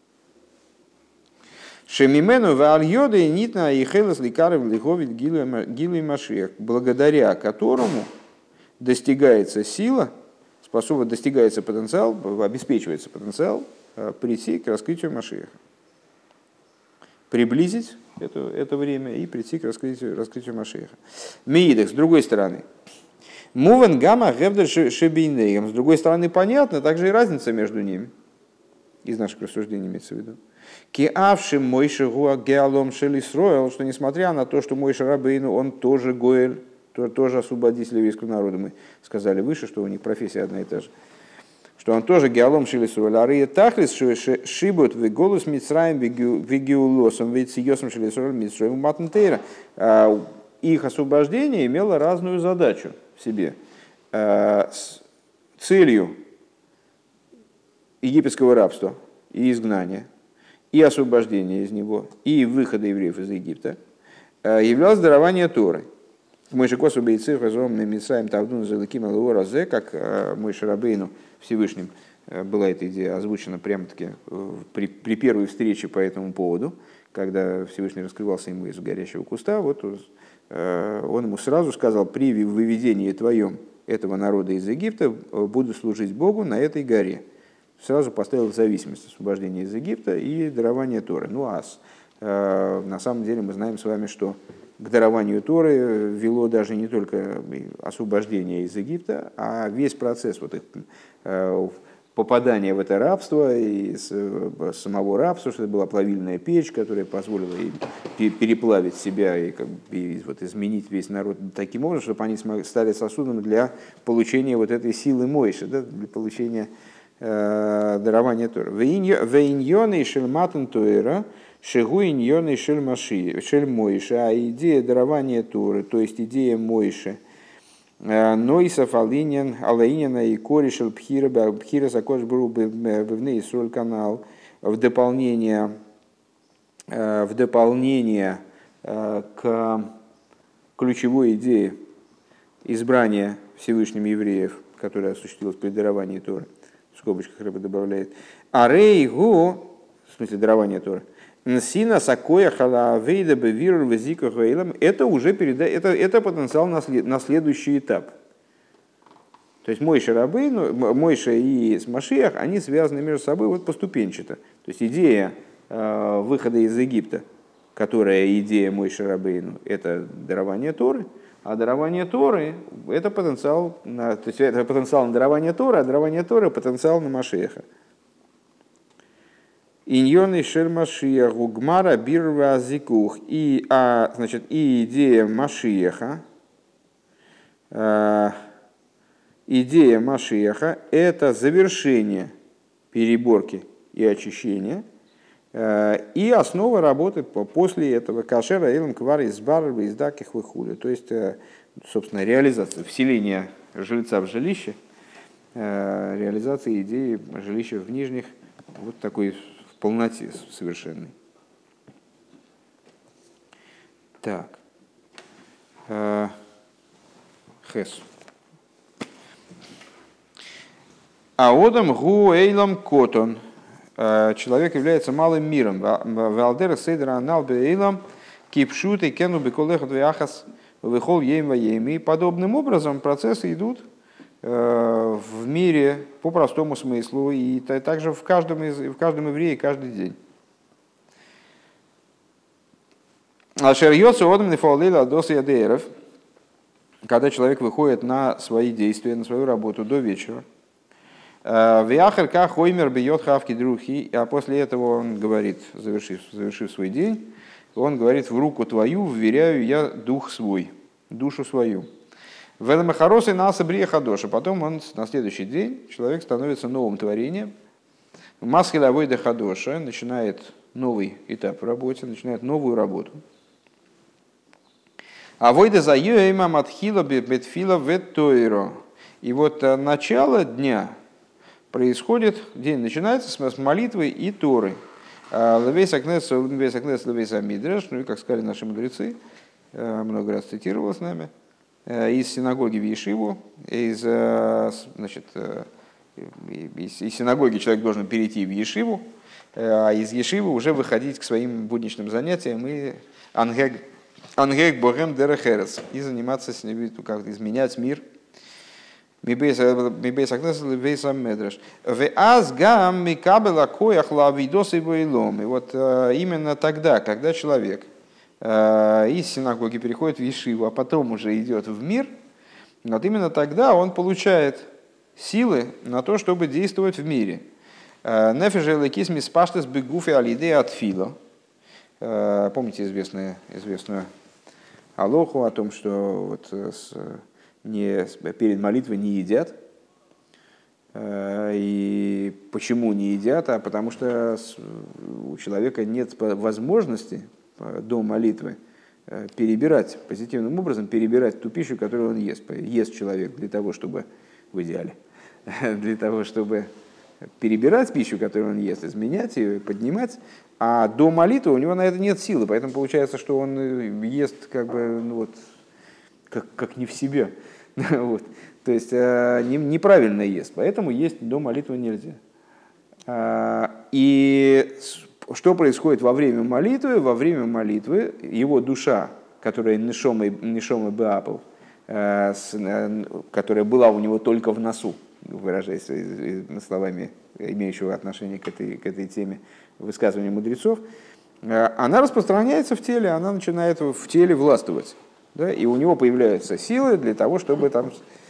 Шемимену вальёды нитна и хелес ликарев лиховит гилы Машиах, благодаря которому достигается сила, способна достигается потенциал, обеспечивается потенциал прийти к раскрытию Машиаха, приблизить это, это время и прийти к раскрытию, раскрытию Машиаха. Миидах, с другой стороны, мувен гамма гевдер шебейнейгам, с другой стороны, понятно, также и разница между ними, из наших рассуждений имеется в виду. Киавшим Мойше гуа геалом шелисроэл, что несмотря на то, что Мойше Рабейну, он тоже гоэль, тоже освободитель еврейского народа. Мы сказали выше, что у них профессия одна и та же. Что он тоже геалом шелисроэл. Ария тахлис шибут в голос мицраем вегиулосом вейциосом шелисроэл мицраем матнтейра. Их освобождение имело разную задачу в себе. С целью египетского рабства и изгнания, и освобождения из него, и выхода евреев из Египта, являлось дарование Торы. Мойше Косу Бейцих, Азом Мисраим Тавдун Залыким Алуоразе, как Мойше Рабейну Всевышним была эта идея озвучена прямо-таки при, при первой встрече по этому поводу, когда Всевышний раскрывался ему из горящего куста, вот он ему сразу сказал: при выведении твоем этого народа из Египта буду служить Богу на этой горе. Сразу поставил в зависимость освобождения из Египта и дарования Торы. Ну а на самом деле мы знаем с вами, что к дарованию Торы вело даже не только освобождение из Египта, а весь процесс вот их попадания в это рабство и самого рабства, что это была плавильная печь, которая позволила им переплавить себя и, как бы, и вот изменить весь народ таким образом, чтобы они стали сосудом для получения вот этой силы Мойши, да, для получения э, дарования Торы. Вейньоны шельматан Тойра, шегу иньоны шельмаши, шельмойши, а идея дарования Торы, то есть идея Мойши, Нойсов Алинин, Алаинина и Коришел Пхира, Пхира Закош Бру Бивней Сроль канал в дополнение, в дополнение к ключевой идее избрания Всевышним евреев, которая осуществилась при даровании Торы, в скобочках Рэбе добавляет, Арейгу, в смысле дарования Торы, Нсина Сакоя Халавейда Бевир Везика Гейлам, это уже переда... это, это потенциал на, след... на следующий этап. То есть Мойше Рабейну, Мойше и Машиах, они связаны между собой вот поступенчато. То есть идея э, выхода из Египта, которая идея Мойше Рабейну, это дарование Торы, а дарование Торы это потенциал на, то есть это потенциал на дарование Торы, а дарование Торы потенциал на Машиаха. Иньоны Шермашия Гугмара Бирва Зикух. И, а, значит, и идея Машиаха, э, идея Машиаха – это завершение переборки и очищения, э, и основа работы после этого Кашера Элем Квар из Барбы из Даких Выхули. То есть, э, собственно, реализация вселения жильца в жилище, э, реализация идеи жилища в нижних, вот такой в полноте совершенной. Так. Хес. Аодам гу эйлам котон. Человек является малым миром. Валдер сейдра аналбе эйлам кипшут и кену беколеха двяхас выхол ейм ваейми. Подобным образом процессы идут в мире по простому смыслу и также в каждом, из, в каждом еврее каждый день. Когда человек выходит на свои действия, на свою работу до вечера, а после этого он говорит, завершив, завершив свой день, он говорит: в руку твою вверяю я дух свой, душу свою. Веламахаросы наса брия хадоша. Потом он на следующий день человек становится новым творением. Масхиля войда хадоша начинает новый этап в работе, начинает новую работу. А войда за юэйма матхила бетфила веттойро. И вот начало дня происходит, день начинается с молитвы и Торы. Левейс акнес, левейс акнес, левейс амидреш. Ну и как сказали наши мудрецы, много раз цитировал с нами, из синагоги в Ешиву, из, значит, из, из синагоги человек должен перейти в Ешиву, а из Ешивы уже выходить к своим будничным занятиям и ангег богем дерехерес, и заниматься с ним, как изменять мир. И вот именно тогда, когда человек из синагоги переходит в Ешиву, а потом уже идет в мир, вот именно тогда он получает силы на то, чтобы действовать в мире. Помните известную, известную алоху о том, что вот с, не, перед молитвой не едят. И почему не едят? А потому что у человека нет возможности до молитвы перебирать, позитивным образом перебирать ту пищу, которую он ест. Ест человек для того, чтобы, в идеале, для того, чтобы перебирать пищу, которую он ест, изменять ее, поднимать, а до молитвы у него на это нет силы, поэтому получается, что он ест как бы, ну вот, как, как не в себе. Вот. То есть не, неправильно ест, поэтому есть до молитвы нельзя. И что происходит во время молитвы? Во время молитвы его душа, которая нишомой беапл, которая была у него только в носу, выражаясь словами, имеющего отношение к этой, к этой теме высказывания мудрецов, она распространяется в теле, она начинает в теле властвовать. Да, и у него появляются силы для того, чтобы там...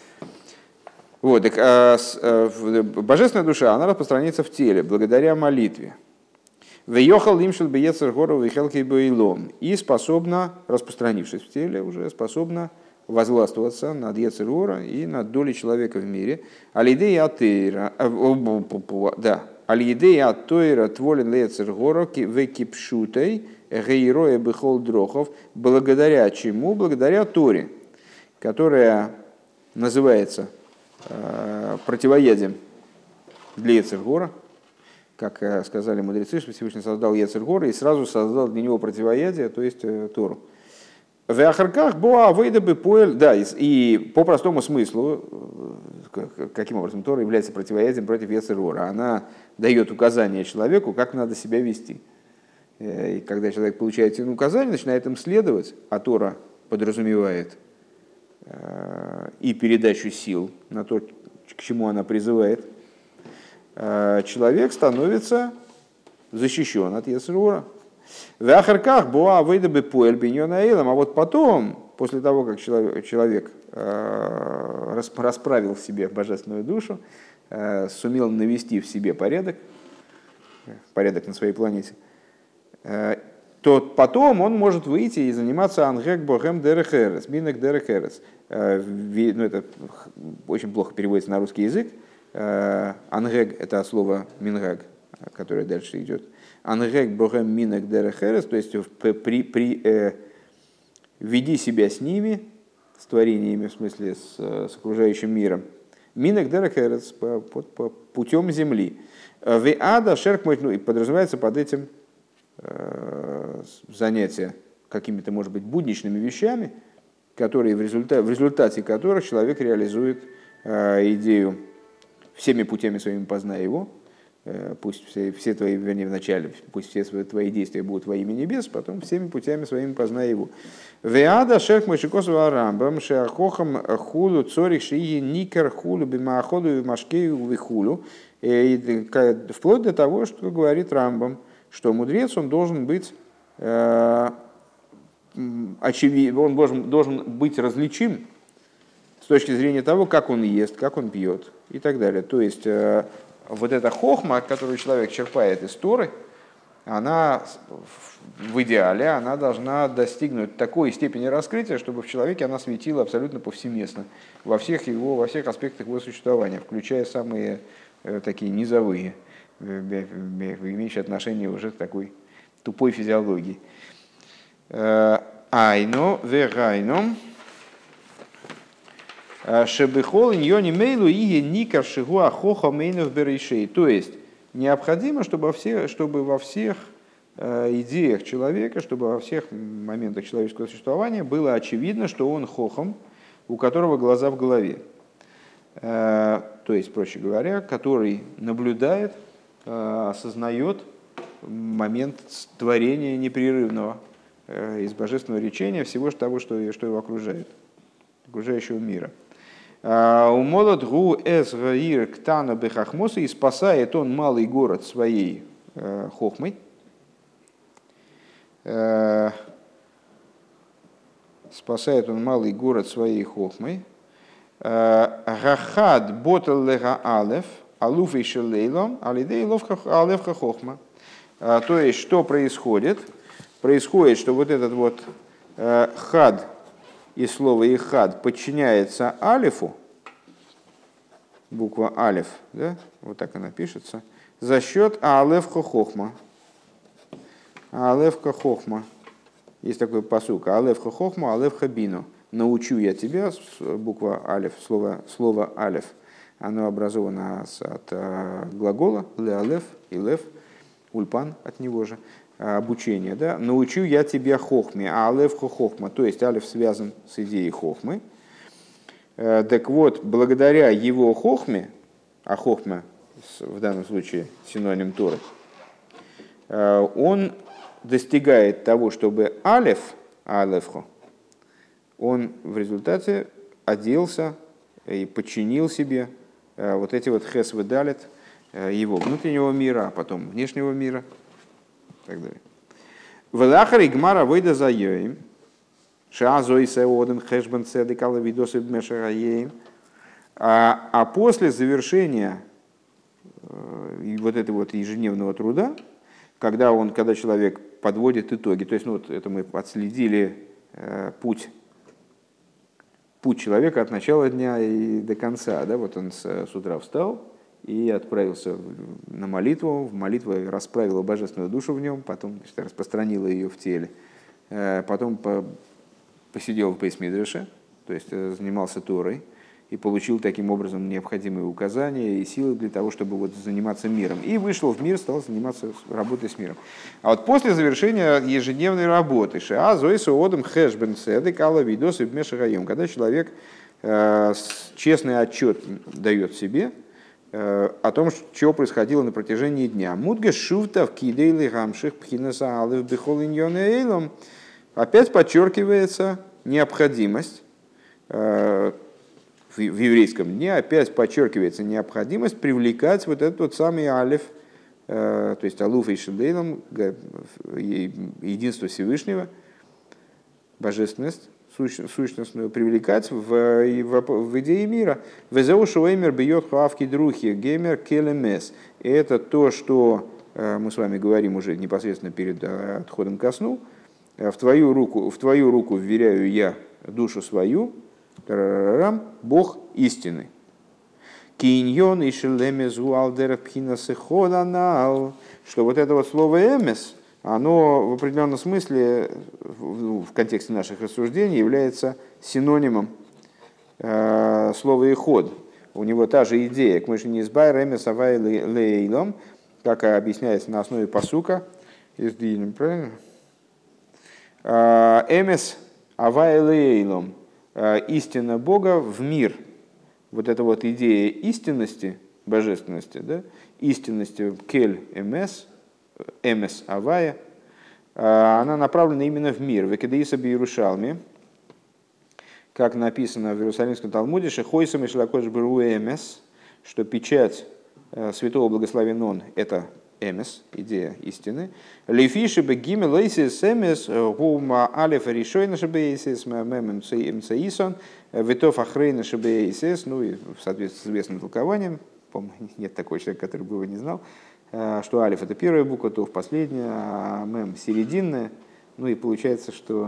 Вот, так, а, а, божественная душа, она распространяется в теле благодаря молитве. «Веёхал лимшел беецер гору вехелки боилом». И способна, распространившись в теле, уже способна возгластвоваться над ецер гора и над долей человека в мире. Алидея атеира, да, алидея атеира тволен ецер гора векипшутой гейроя бехол дрохов. Благодаря чему? Благодаря Торе, которая называется э, противоядием для ецер гора. Как сказали мудрецы, что Всевышний создал ецер гора и сразу создал для него противоядие, то есть э, Тору. В Ахарках Боа выйда бы поэль, да, и, и по простому смыслу, каким образом Тора является противоядием против ецер гора. Она дает указания человеку, как надо себя вести. И когда человек получает эти указания, начинает им следовать, а Тора подразумевает э, и передачу сил на то, к чему она призывает, э, человек становится защищен от ецер гора. В Ахарках Боа выйда бы поэль биньона эйлам, а вот потом, после того, как человек, человек э, расправил в себе божественную душу, э, сумел навести в себе порядок, порядок на своей планете, то потом он может выйти и заниматься ангек богем дерехерес, минек дерехерес. Ну, это очень плохо переводится на русский язык. Ангек — это слово мингаг, которое дальше идет. Ангек богем минек дерехерес, то есть при, при, э, веди себя с ними, с творениями, в смысле с, с окружающим миром. Минек дерехерес, по, по, по путем земли. Веада шерк, ну и подразумевается под этим занятия какими-то, может быть, будничными вещами, которые в результате, в результате которых человек реализует идею всеми путями своими познай его, пусть все, все твои, вернее, вначале, пусть все свои, твои действия будут во имя небес, потом всеми путями своими познай его. Веада шерх мышикосу арамбам шеахохам хулу цорих шии никер хулу бимааходу машкею вихулу, вплоть до того, что говорит Рамбам, что мудрец, он должен быть э, очевиден, он должен, должен быть различим с точки зрения того, как он ест, как он пьет и так далее. То есть э, вот эта хохма, которую человек черпает из Торы, она в идеале она должна достигнуть такой степени раскрытия, чтобы в человеке она светила абсолютно повсеместно во всех его, во всех аспектах его существования, включая самые э, такие низовые, имеющие отношение уже к такой тупой физиологии. Айно, вегайно, шебехол иньони мейлу и никар шигуа хоха мейнов берешей. То есть необходимо, чтобы во всех, чтобы во всех идеях человека, чтобы во всех моментах человеческого существования было очевидно, что он хохом, у которого глаза в голове. То есть, проще говоря, который наблюдает, осознает момент творения непрерывного из божественного речения всего того, что, что его окружает, окружающего мира. У молод гу эс гаир ктана бехахмоса, и спасает он малый город своей хохмой. Спасает он малый город своей хохмой. Гахад ботал лега алеф, алуф и шелейлом, алидей алефха хохма. То есть, что происходит? Происходит, что вот этот вот э, хад из слова ихад подчиняется алифу, буква алиф, да? Вот так она пишется, за счет алефха хохма. Алефха хохма. Есть такой пасук. Алефха хохма, алефха бину. Научу я тебя, буква алиф, слово, слово алиф. Оно образовано от глагола ле алеф и лев, ульпан от него же. обучения, да, научу я тебя хохме, а алеф хохма, то есть алеф связан с идеей хохмы. Так вот, благодаря его хохме, а хохма в данном случае синоним Торы, он достигает того, чтобы алеф, алефхо, он в результате оделся и подчинил себе вот эти вот хес выдалит его внутреннего мира, а потом внешнего мира и так далее. Велахар игмара выйда за йоим, шаазой сеоден хэшбен цедек алавидос и бмешараеем. А после завершения вот этого вот ежедневного труда, когда, он, когда человек подводит итоги, то есть ну, вот это мы отследили э, путь, путь человека от начала дня и до конца. Да? Вот он с, с утра встал и отправился на молитву, в молитву расправила божественную душу в нем, потом значит, распространила ее в теле, э, потом по, посидел в бейс мидреше, то есть э, занимался Торой, и получил таким образом необходимые указания и силы для того, чтобы вот заниматься миром. И вышел в мир, стал заниматься работой с миром. А вот после завершения ежедневной работы, когда человек э, честный отчет дает себе э, о том, что происходило на протяжении дня. Опять подчеркивается необходимость э, в еврейском дне опять подчеркивается необходимость привлекать вот этот вот самый алеф, э, то есть алуф и шедейлом, единство Всевышнего, божественность сущностную, привлекать в, в, в идее мира. Везеу шуэймер бьет хуавки друхи геймер келемес. И это то, что э, мы с вами говорим уже непосредственно перед э, отходом ко сну. В твою руку, в твою руку вверяю я душу свою, Бог истины. Киньон и шелемезу алдер пхинасеходанал. Что вот это вот слово эмес, оно в определенном смысле в контексте наших рассуждений является синонимом э, слова иход. У него та же идея. К мыши не избай эмес авай лейлом, как объясняется на основе пасука из Дилем, правильно? Эмес авай лейлом. Истина Бога в мир. Вот эта вот идея истинности, божественности, да, истинности кель эмес, эмес авая, она направлена именно в мир. В Экедеиса Бейрушалме, как написано в Иерусалимском Талмуде, шехойсам и шлакош беру эмес, что печать святого благословен он — это эмес, идея истины. Лефиши бегиме лейсис эмес гума алеф решойна шебейсис мэмэм мцаисон витов ахрейна шебейсис. Ну и в соответствии с известным толкованием, по-моему, нет такого человека, который бы его не знал, что алеф — это первая буква, тов — последняя, а мэм — серединная. Ну и получается, что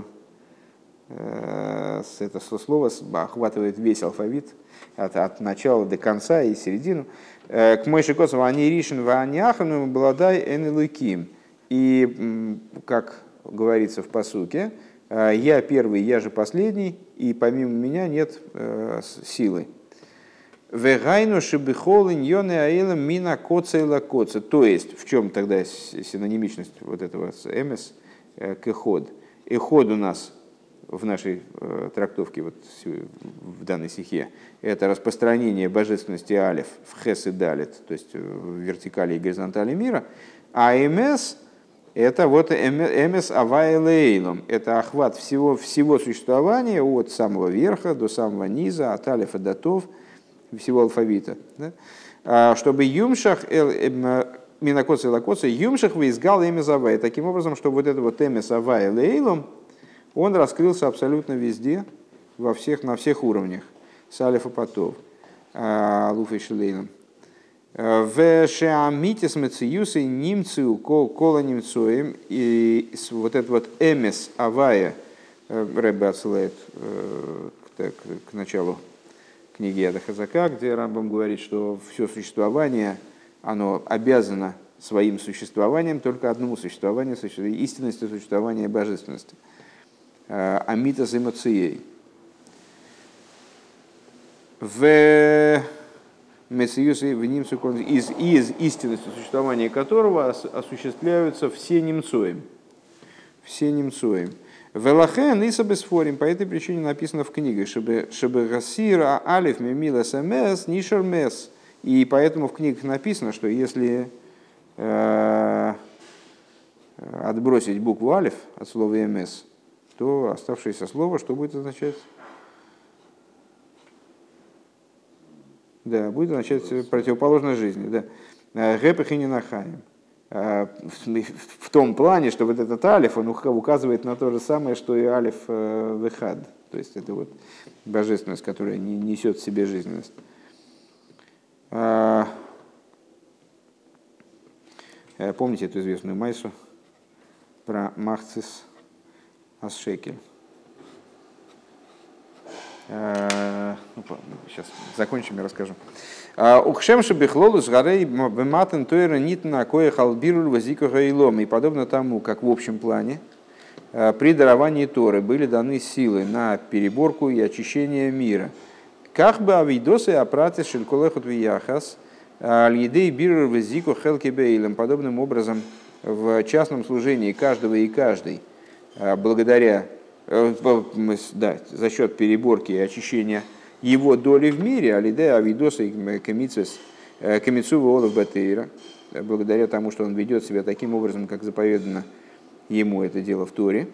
это слово охватывает весь алфавит от, от начала до конца и середину. К Мойше Косову они ришен ваняхану обладай энелыким. И, как говорится в пасуке, я первый, я же последний, и помимо меня нет э, силы. Вегайну шибихол иньоне аилам мина коца и лакоца. То есть, в чем тогда синонимичность вот этого эмес к эход? Эход у нас в нашей э, трактовке, вот, в данной стихе, это распространение божественности алеф в хес и далит, то есть в вертикали и горизонтали мира, а эмес — это вот эмес авай лейлом, это охват всего, всего существования от самого верха до самого низа, от алефа до тов, всего алфавита. Да? А, чтобы юмшах минакоц и лакоца юмшах выизгал эмес авай, таким образом, что вот это вот эмес авай лейлом, он раскрылся абсолютно везде, во всех, на всех уровнях, с алифа потов, луфой шелейном. В шеамитис мециюсы немцу кола немцуем, и вот этот вот эмес авая Рэбе отсылает к, к началу книги Яда Хазака, где Рамбам говорит, что все существование, оно обязано своим существованием только одному существованию, истинности существования божественности. Амитас эмоцией. В Мессиюс и в Нимцу, из, из истинности существования которого осуществляются все немцоим. Все немцоим. Велахен и собесфорим, по этой причине написано в книге, чтобы чтобы гасира алиф мемила смс нишер мес. И поэтому в книгах написано, что если э, отбросить букву алиф от слова мс, то оставшееся слово что будет означать? Да, будет означать противоположность жизни. Да. Гэпэх и ненахаем. В том плане, что вот этот алиф, он указывает на то же самое, что и алиф вехад. То есть это вот божественность, которая несет в себе жизненность. Помните эту известную майсу про Махцис Асшекель? Сейчас закончим и расскажу. Ухшем шебехлолу с горей бематен тойра нитна кое халбируль вазику гаилом. И подобно тому, как в общем плане при даровании Торы были даны силы на переборку и очищение мира. Как бы авидосы апраты шельколехот вияхас аль-едей бируль вазику хелки бейлем. Подобным образом в частном служении каждого и каждой, благодаря, да, за счет переборки и очищения его доли в мире, алидея авидоса и камицува олов батейра, благодаря тому, что он ведет себя таким образом, как заповедано ему это дело в Торе,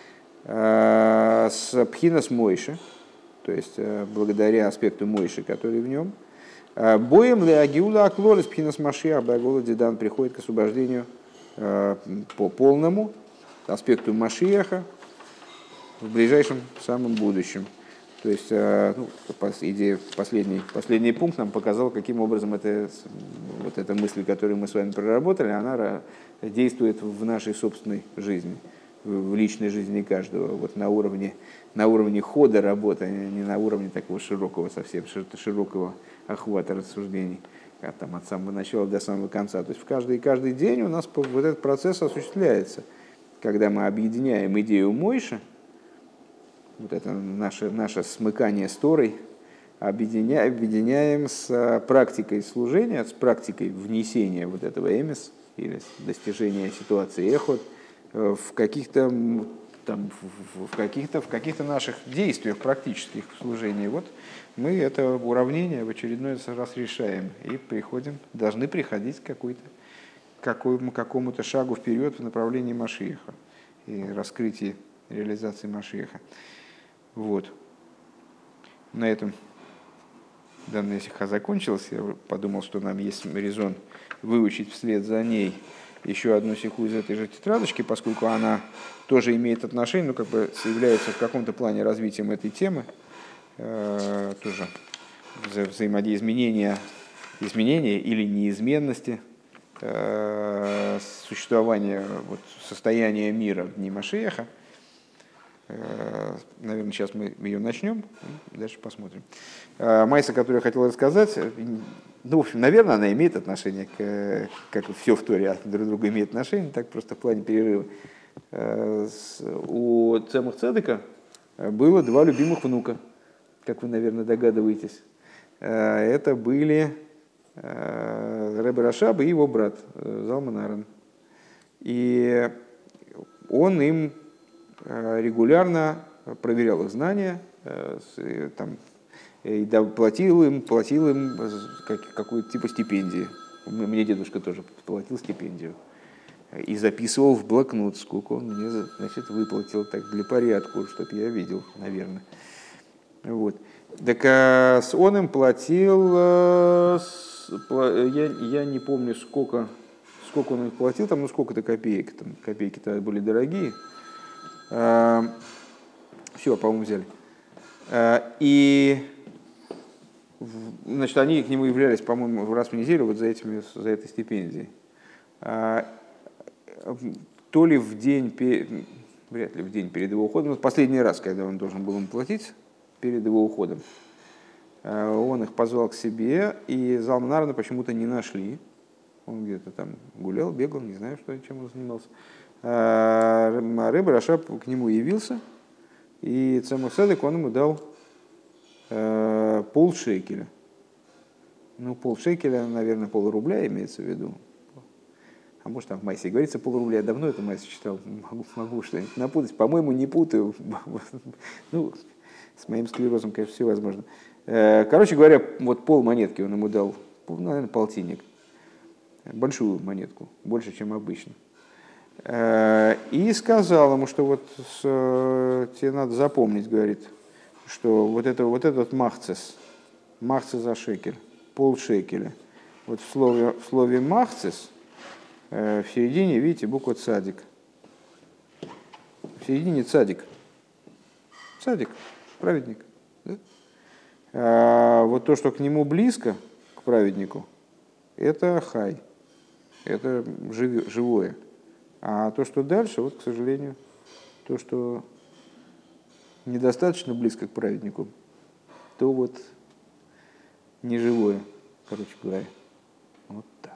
с пхинас Мойши, то есть благодаря аспекту Мойши, который в нем, боем леагиула аклолис пхинас Машиах багола дедан приходит к освобождению по полному аспекту Машиаха в ближайшем самом будущем. То есть, ну, идея, последний, последний пункт нам показал, каким образом это, вот эта мысль, которую мы с вами проработали, она действует в нашей собственной жизни, в личной жизни каждого, вот на уровне, на уровне хода работы, не на уровне такого широкого, совсем широкого охвата рассуждений, там, от самого начала до самого конца. То есть в каждый, каждый день у нас вот этот процесс осуществляется, когда мы объединяем идею Мойши, вот это наше, наше смыкание с Торой, объединяем, объединяем с практикой служения, с практикой внесения вот этого эмис, или достижения ситуации эхот в каких-то, там, в каких-то, в каких-то наших действиях практических в служении. Вот мы это уравнение в очередной раз решаем и приходим, должны приходить к какой-то, какому, какому-то шагу вперед в направлении Машиаха и раскрытии реализации Машиаха. Вот. На этом данная сиха закончилась. Я подумал, что нам есть резон выучить вслед за ней еще одну сиху из этой же тетрадочки, поскольку она тоже имеет отношение, ну, как бы является в каком-то плане развитием этой темы, э, тоже вза- взаимодействия, изменения, изменения или неизменности э, существования, вот, состояния мира в дни Машиаха. Наверное, сейчас мы ее начнем, дальше посмотрим. Майса, которую я хотел рассказать, ну, в общем, наверное, она имеет отношение к, как все в Торе, друг к другу имеет отношение, так просто в плане перерыва. У Цемах Цедека было два любимых внука, как вы, наверное, догадываетесь. Это были Ребе Рашаб и его брат Залман Аарон. И он им регулярно проверял их знания, там, и платил им, платил им какую-то типа стипендии. Мне дедушка тоже платил стипендию. И записывал в блокнот, сколько он мне, значит, выплатил, так, для порядка, чтобы я видел, наверное. Вот. Так он им платил, я, я не помню, сколько, сколько он им платил, там, ну, сколько-то копеек, там, копейки-то были дорогие. Все, по-моему, взяли. И, значит, они к нему являлись, по-моему, раз в неделю вот за, этими, за этой стипендией. То ли в день, вряд ли в день перед его уходом, последний раз, когда он должен был им платить перед его уходом, он их позвал к себе, и Залман Аарона почему-то не нашли. Он где-то там гулял, бегал, не знаю, что, чем он занимался. А Ребе Рашаб к нему явился, и Цемах Цедек он ему дал полшекеля. Ну, полшекеля, наверное, полрубля имеется в виду. А может, там в Майсе говорится полрубля. Я давно эту Майсу читал, могу, могу что-нибудь напутать. По-моему, не путаю. Ну, с моим склерозом, конечно, все возможно. Короче говоря, вот пол монетки он ему дал, наверное, полтинник. Большую монетку, больше, чем обычно. И сказал ему, что вот с, тебе надо запомнить, говорит, что вот, это, вот этот махцес, махцес за шекель, полшекеля. Вот в слове, в слове махцес в середине, видите, буква цадик. В середине цадик. Цадик, праведник. Да? А вот то, что к нему близко, к праведнику, это хай, это живое. А то, что дальше, вот, к сожалению, то, что недостаточно близко к праведнику, то вот неживое, короче говоря. Вот так.